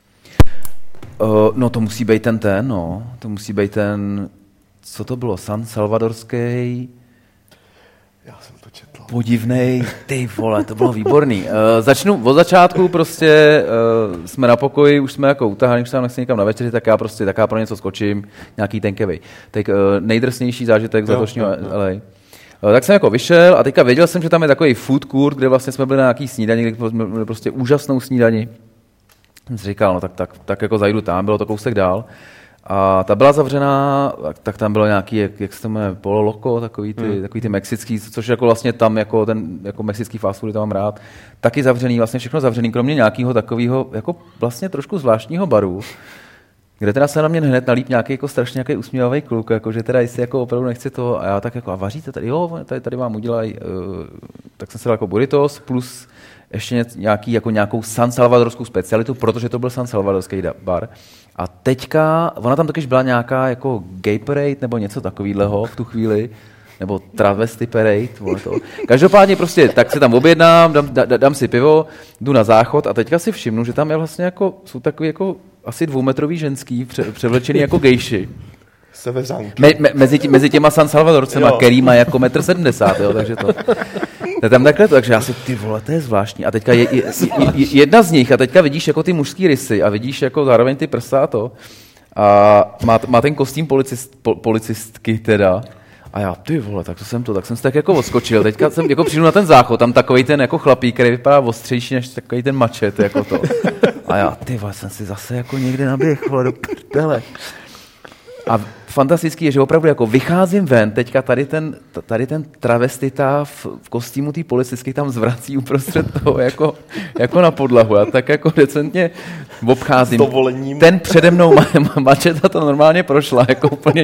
No to musí být to musí být ten, co to bylo, San Salvadorský, já jsem to četl. Podivnej, ty vole, to bylo výborný. Začnu od začátku, prostě jsme na pokoji, už jsme jako utahaný, už tam nechci někam na večeři, tak já pro něco skočím, nějaký tenkevej. Tak nejdrsnější zážitek z letošního LA. Tak jsem jako vyšel a teďka věděl jsem, že tam je takový food court, kde vlastně jsme byli na nějaký snídani, kde jsme měli prostě úžasnou snídani. Jsem si říkal, no tak jako zajdu tam, bylo to kousek dál. A ta byla zavřená, tak tam bylo nějaký, jak se to jmenuje, Polo Loco, takový ty mexický, což jako vlastně tam jako ten jako mexický fast food, to mám rád, taky zavřený, vlastně všechno zavřený, kromě nějakého takového jako vlastně trošku zvláštního baru, kde teda se na mě hned nalíp nějaký jako strašně nějaký usmívavý kluk, jako, že teda jestli jako opravdu nechci to a já tak jako a vaříte tady, jo, tady vám udělají, tak jsem si dal jako burritos plus ještě nějakou San Salvadorskou specialitu, protože to byl San Salvadorský bar. A teďka, ona tam totiž byla nějaká jako gay parade nebo něco takového v tu chvíli, nebo travesty parade, to. Každopádně prostě, tak se tam objednám, dám si pivo, jdu na záchod a teďka si všimnu, že tam je vlastně jako, jsou takový jako asi 2metrový ženský, převlečený jako gejši. Mezi těma San Salvadorcema, který má jako 1,70 m, takže to. Tam takhle to, takže já si, ty vole, to je zvláštní. A teďka jedna z nich, a teďka vidíš jako ty mužský rysy a vidíš jako zároveň ty prsa a to. A má ten kostým policistky teda. A já, ty vole, tak jsem si tak jako odskočil. Teďka jsem jako přijdu na ten záchod, tam takovej ten jako chlapík, který vypadá ostřejší než takový ten mačet, jako to. A já, ty vole, jsem si zase jako někde naběh, vole, do prdele. A fantastický je, že opravdu jako vycházím ven, teďka tady ten travestita v kostýmu té policistky tam zvrací uprostřed toho jako na podlahu. Já tak jako decentně obcházím. S dovolením. Ten přede mnou mačeta to normálně prošla, jako úplně...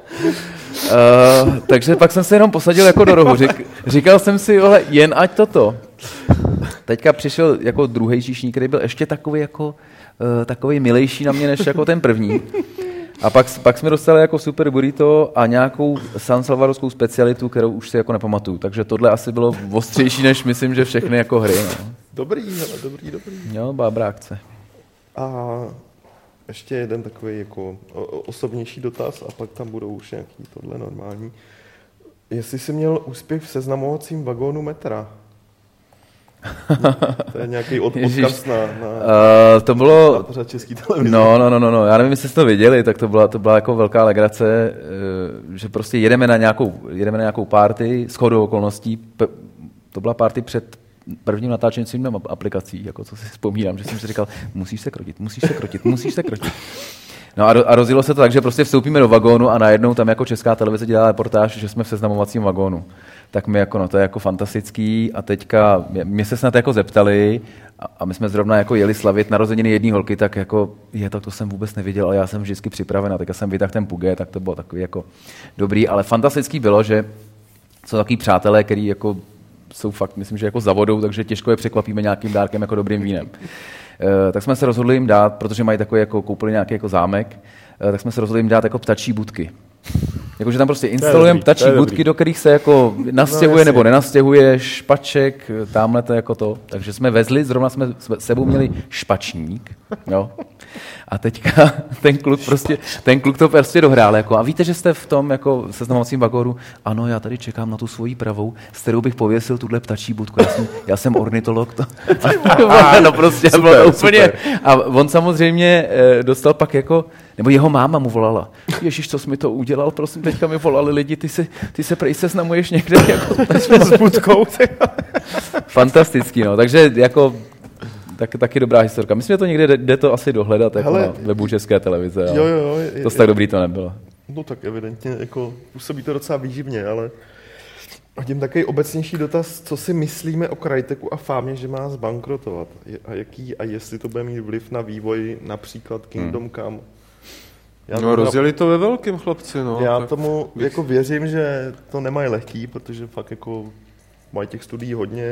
takže pak jsem se jenom posadil jako do rohu. Říkal jsem si, ale jen ať toto. Teďka přišel jako druhý číšník, který byl ještě takový jako takový milejší na mě než jako ten první. A pak jsme dostali jako super burrito a nějakou San Salvadorskou specialitu, kterou už si jako nepamatuju. Takže tohle asi bylo ostřejší, než myslím, že všechny jako hry. No. Dobrý. Jo, bábra akce. A ještě jeden takový jako osobnější dotaz a pak tam budou už nějaký tohle normální. Jestli jsi měl úspěch v seznamovacím vagónu metra? To je nějaký odkaz na to bylo pořád Český televize. No. Já nevím, jestli jste to viděli, tak to byla jako velká legrace, že prostě jedeme na nějakou party, shodou okolností. To byla party před prvním natáčením svým aplikací, jako co si vzpomínám, že jsem si říkal, musíš se krotit. No a rozjelo se to tak, že prostě vstoupíme do vagónu a najednou tam jako Česká televize dělá reportáž, že jsme v seznamovacím vagónu. Tak my jako, no to je jako fantastický a teďka, mě se snad jako zeptali a my jsme zrovna jako jeli slavit narozeniny jedné holky, tak jako, tak to jsem vůbec neviděl, ale já jsem vždycky připraven a teďka jsem vytáhl ten pugé, tak to bylo takový jako dobrý, ale fantastický bylo, že jsou takový přátelé, který jako jsou fakt, myslím, že jako za vodou, takže těžko je překvapíme nějakým dárkem jako dobrým vínem. Tak jsme se rozhodli jim dát, protože mají takový jako koupili nějaký jako zámek, tak jsme se rozhodli jim dát jako ptačí budky. Jakože tam prostě instalujeme ptačí budky, do kterých se jako nastěhuje nebo nenastěhuje špaček, tamhle to jako to. Takže jsme vezli, zrovna jsme s sebou měli špačník, jo. A teďka ten kluk to prostě dohrál. Jako, a víte, že jste v tom jako seznamovacím vagónu? Ano, já tady čekám na tu svoji pravou, s kterou bych pověsil tuhle ptačí budku. Já jsem ornitolog. No prostě super, bylo to úplně. Super. A on samozřejmě dostal pak jako, nebo jeho máma mu volala. Ježíš, co jsi mi to udělal? Prosím, teďka mi volali lidi, ty se prej seznamuješ někde jako s budkou. Fantastický, no. Takže jako taky dobrá historka. Myslím, že to někde jde to asi dohledat jako na webu České televize. Jo, to tak dobrý to nebylo. No tak evidentně, jako působí to docela výživně, ale hodím takový obecnější dotaz, co si myslíme o Cryteku a Fámě, že má zbankrotovat. A jestli to bude mít vliv na vývoj například Kingdom Come. Rozjeli to ve velkým, chlapci. No. Já tomu jako věřím, že to nemají lehký, protože fakt jako mají těch studií hodně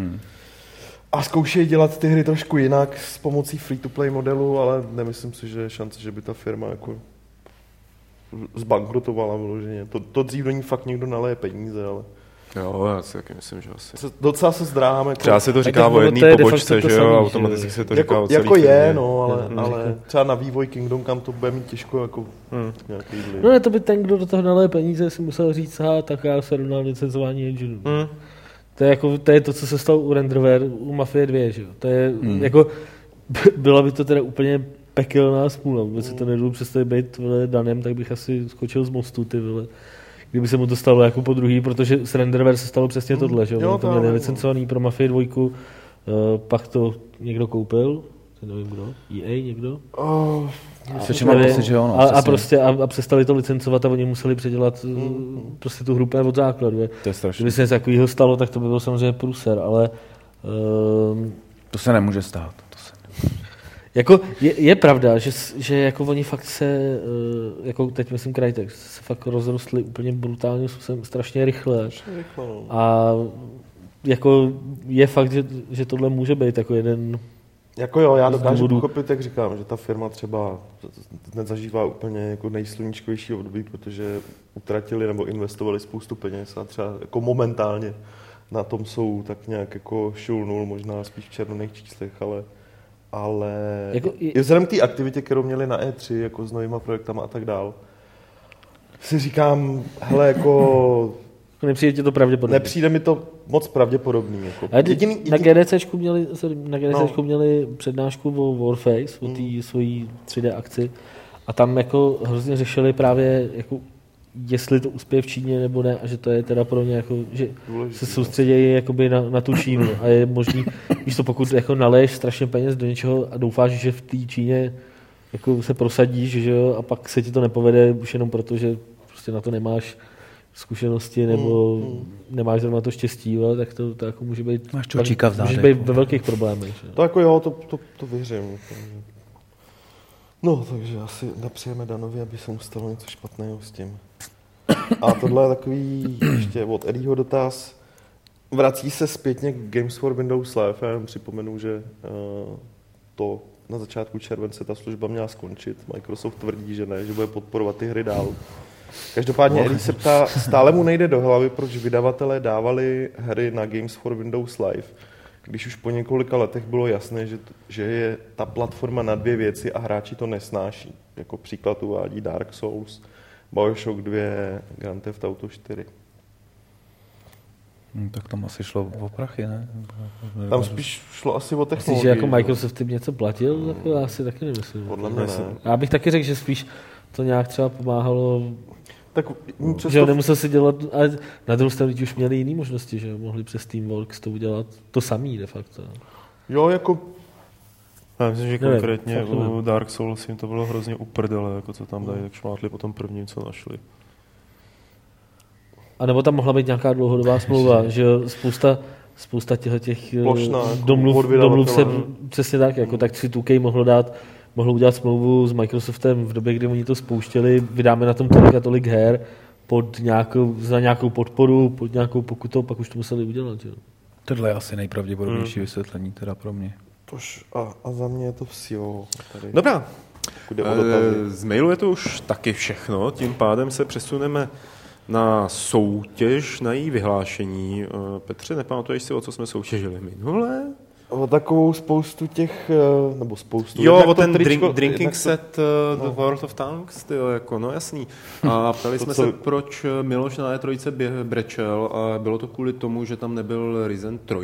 a zkoušejí dělat ty hry trošku jinak s pomocí free-to-play modelu, ale nemyslím si, že je šance, že by ta firma jako zbankrotovala vyloženě. To dřív do ní fakt někdo naleje peníze, ale... Jo, já si taky myslím, že asi. Docela se zdráháme. Jako... Třeba se to říká o jedné pobočce, že jo, automaticky se to říká o celý jako je, no, ale třeba na vývoj Kingdom Come to bude mít těžko jako nějaký vliv. No ne, to by ten, kdo do toho naleje peníze, si musel říct, tak já se rovnám licencování engineu. To je to, co se stalo u Renderware, u Mafie 2, že jo. To je jako, byla by to teda úplně pekelná smůla, vůbec si to nedovedu představit být Danem, tak bych asi skočil z mostu, ty vole. Kdyby se mu to stalo jako po druhý, protože s Renderware se stalo přesně tohle, že jo. To měli licencovaný pro Mafii 2, pak to někdo koupil, nevím kdo, EA někdo? A přestali to licencovat a oni museli předělat prostě tu hru od základu. To je strašné. Kdyby se něco takového stalo, tak to by byl samozřejmě průser, ale... To se nemůže stát. Jako je pravda, že jako oni fakt se, jako teď myslím Crytek, se fakt rozrostli úplně brutálně způsobem, strašně rychle. A jako je fakt, že tohle může být jako jeden... Jako jo, já dokážu pochopit, jak říkám, že ta firma třeba nezažívá úplně jako nejsluníčkovější období, protože utratili nebo investovali spoustu peněz a třeba jako momentálně na tom jsou tak nějak jako šul nul, možná spíš v červených číslech, ale jako i vzhledem k té aktivitě, kterou měli na E3, jako s novýma projektama a tak dál, si říkám, hele, jako... Nepřijde ti to pravděpodobně. Nepřijde mi to moc pravděpodobný. Jako. Na GDCčku měli přednášku o Warface, o té svojí 3D akci a tam jako hrozně řešili právě, jako, jestli to uspěje v Číně nebo ne a že to je teda pro ně, jako, že se soustředějí jakoby na tu Čínu a je možný, víš to, pokud jako naleješ strašně peněz do něčeho a doufáš, že v té Číně jako se prosadíš, že jo, a pak se ti to nepovede už jenom proto, že prostě na to nemáš zkušenosti nebo nemáš zrovna to štěstí, ale tak to jako může být, může být ve velkých problémech. Že? To jako jo, to věřím. No, takže asi napřejeme Danovi, aby se mu stalo něco špatného s tím. A tohle je takový ještě od Eddieho dotaz. Vrací se zpětně k Games for Windows Live. Já jen připomenu, že to na začátku července ta služba měla skončit. Microsoft tvrdí, že ne, že bude podporovat ty hry dál. Každopádně Eddie se ptá, stále mu nejde do hlavy, proč vydavatelé dávali hry na Games for Windows Live, když už po několika letech bylo jasné, že je ta platforma na dvě věci a hráči to nesnáší. Jako příklad uvádí Dark Souls, BioShock 2, Grand Theft Auto 4. Tak tam asi šlo o prachy, ne? Tam spíš šlo asi o technologii. Myslíš, že jako Microsoft tím něco platil? Tak já si taky nemyslím. Podle mě ne. Já bych taky řekl, že spíš to nějak třeba pomáhalo, tak že nemusel si dělat, ale na druhou stranu už měli jiné možnosti, že mohli přes Teamworks to udělat to samý de facto. Jo, jako Já myslím, že konkrétně u Dark Souls jim to bylo hrozně uprdele, jako co tam dají, tak šmátli po tom prvním, co našli. A nebo tam mohla být nějaká dlouhodobá smlouva, že spousta těch domluv se přesně tak, jako tak si 2K mohlo udělat smlouvu s Microsoftem v době, kdy oni to spouštěli, vydáme na tom tolik a tolik her za nějakou podporu, pod nějakou pokutou, pak už to museli udělat. Jo. Tohle je asi nejpravděpodobnější vysvětlení teda pro mě. A za mě je to vsílo. Dobrá. Z mailu je to už taky všechno, tím pádem se přesuneme na soutěž, na její vyhlášení. Petře, nepamatuješ si, o co jsme soutěžili minule? O takovou spoustu těch, nebo spoustu. Jo, o ten drinking set The World of Tanks, tyjo, jako, no jasný. A ptali jsme se, proč Miloš na E3 brečel a bylo to kvůli tomu, že tam nebyl Ryzen 3.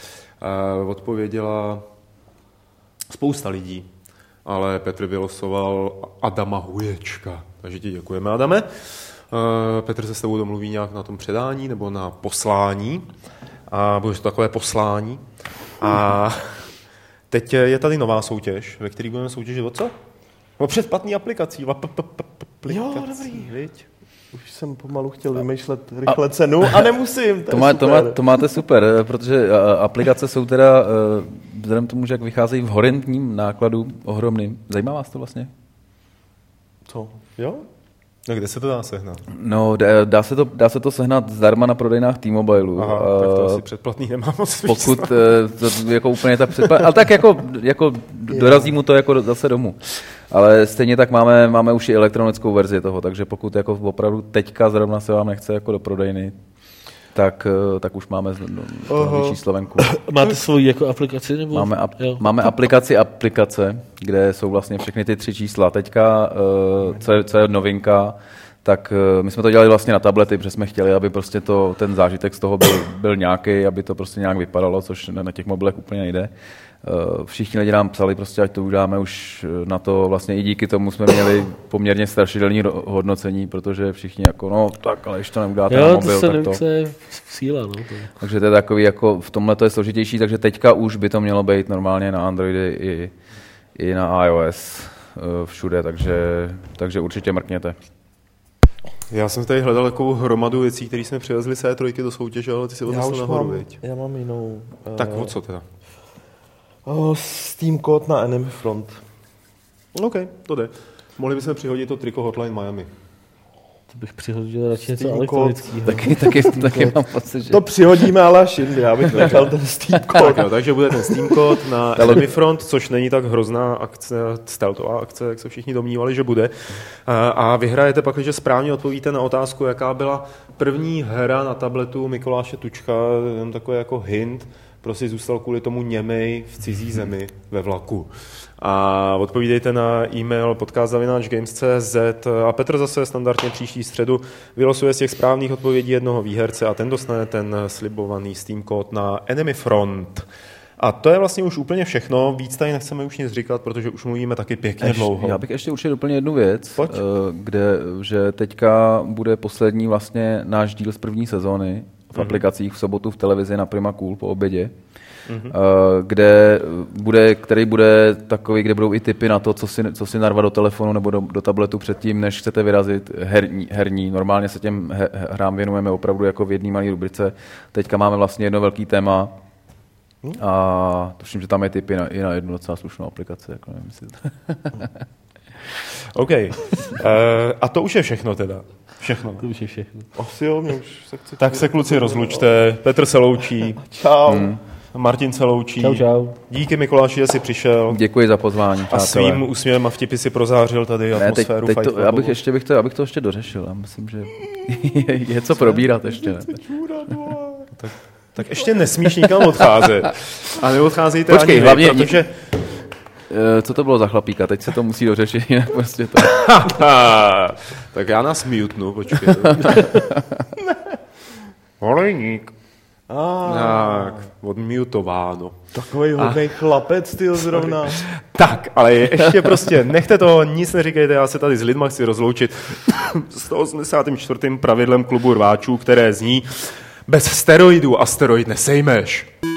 Odpověděla spousta lidí, ale Petr vylosoval Adama Huječka. Takže ti děkujeme, Adame. Petr se s tebou domluví nějak na tom předání nebo na poslání. A bude to takové poslání. A teď je tady nová soutěž, ve které budeme soutěžit o co? O předplatný aplikací. Jo, dobrý. Viď? Už jsem pomalu chtěl vymýšlet rychle cenu a nemusím. To máte super, protože aplikace jsou teda, vzhledem tomu, že jak vycházejí v horentním nákladu ohromným. Zajímá vás to vlastně? Co? Jo? No, kde se to dá sehnat? No, dá se to sehnat zdarma na prodejnách T-Mobileu. Aha, tak to asi předplatný nemá moc. Pokud to jako úplně ta předplatný, ale tak jako dorazí mu to jako zase domů. Ale stejně tak máme už i elektronickou verzi toho, takže pokud jako opravdu teďka zrovna se vám nechce jako do prodejny, tak už máme vyšší slovenku. Máte svoji jako aplikaci? Nebo? Máme aplikace, kde jsou vlastně všechny ty 3 čísla. Teďka, co je novinka, tak my jsme to dělali vlastně na tablety, protože jsme chtěli, aby prostě ten zážitek z toho byl nějaký, aby to prostě nějak vypadalo, což na těch mobilech úplně nejde. Všichni lidi nám psali, prostě, ať to uděláme už na to, vlastně i díky tomu jsme měli poměrně strašidelné hodnocení, protože všichni jako, no tak, ale když to neuděláte na mobil, tak to... síla, no. Takže to je takový, jako v tomhle to je složitější, takže teďka už by to mělo být normálně na Androidy i na iOS všude, takže určitě mrkněte. Já jsem tady hledal takovou hromadu věcí, které jsme přivezli z E3 do soutěže, ale ty si odnesl nahoru, viď? Já mám jinou. Tak o co teda? Steam kód na Enemy Front. OK, to jde. Mohli bychom přihodit to triko Hotline Miami. To bych přihodil radši něco elektronického. Taky mám pocit, že... To přihodíme, ale až jindy, já bych nechal ten Steam kód. Takže bude ten Steam kód na Enemy Front, což není tak hrozná akce, stealthová akce, jak se všichni domnívali, že bude. A vyhrajete pak, že správně odpovíte na otázku, jaká byla první hra na tabletu Mikuláše Tučka, jen takový jako hint, prostě zůstal kvůli tomu němej v cizí zemi ve vlaku. A odpovídejte na e-mail podcast@games.cz a Petr zase standardně příští středu vylosuje z těch správných odpovědí jednoho výherce a ten dostane ten slibovaný Steam kód na Enemy Front. A to je vlastně už úplně všechno, víc tady nechceme už nic říkat, protože už mluvíme taky pěkně dlouho. Já bych ještě určitě doplnil jednu věc, že teďka bude poslední vlastně náš díl z první sezóny v aplikacích v sobotu v televizi na Prima Cool po obědě, který bude takový, kde budou i tipy na to, co si narvat do telefonu nebo do tabletu předtím, než chcete vyrazit herní. Normálně se těm hrám věnujeme opravdu jako v jedné malé rubrice. Teďka máme vlastně jedno velký téma a tuším, že tam je tipy i na jednu docela slušnou aplikaci. Jako nevím, OK. A to už je všechno teda. Všechno. To už je všechno. Asi jo, mě už se chci... Tak se kluci rozlučte. Petr se loučí. Čau. Martin se loučí. Čau. Díky Mikuláši, že jsi přišel. Děkuji za pozvání. A svým úsměvem a vtipy si prozářil tady atmosféru Fight Clubu. Abych to ještě dořešil. Já myslím, že je co probírat ještě. Ne? Tak ještě nesmíš nikam odcházet. A neodcházejte ani hlavně, protože... Co to bylo za chlapíka? Teď se to musí dořešit, jinak prostě to... Tak já nás mutnu, počkej. Olejník. Tak, odmutováno. Takovej hodnej chlapec, tyjo, zrovna. Tak, ale ještě prostě, nechte toho, nic neříkejte, já se tady s lidma chci rozloučit s 184. pravidlem klubu rváčů, které zní: bez steroidů asteroid nesejmeš.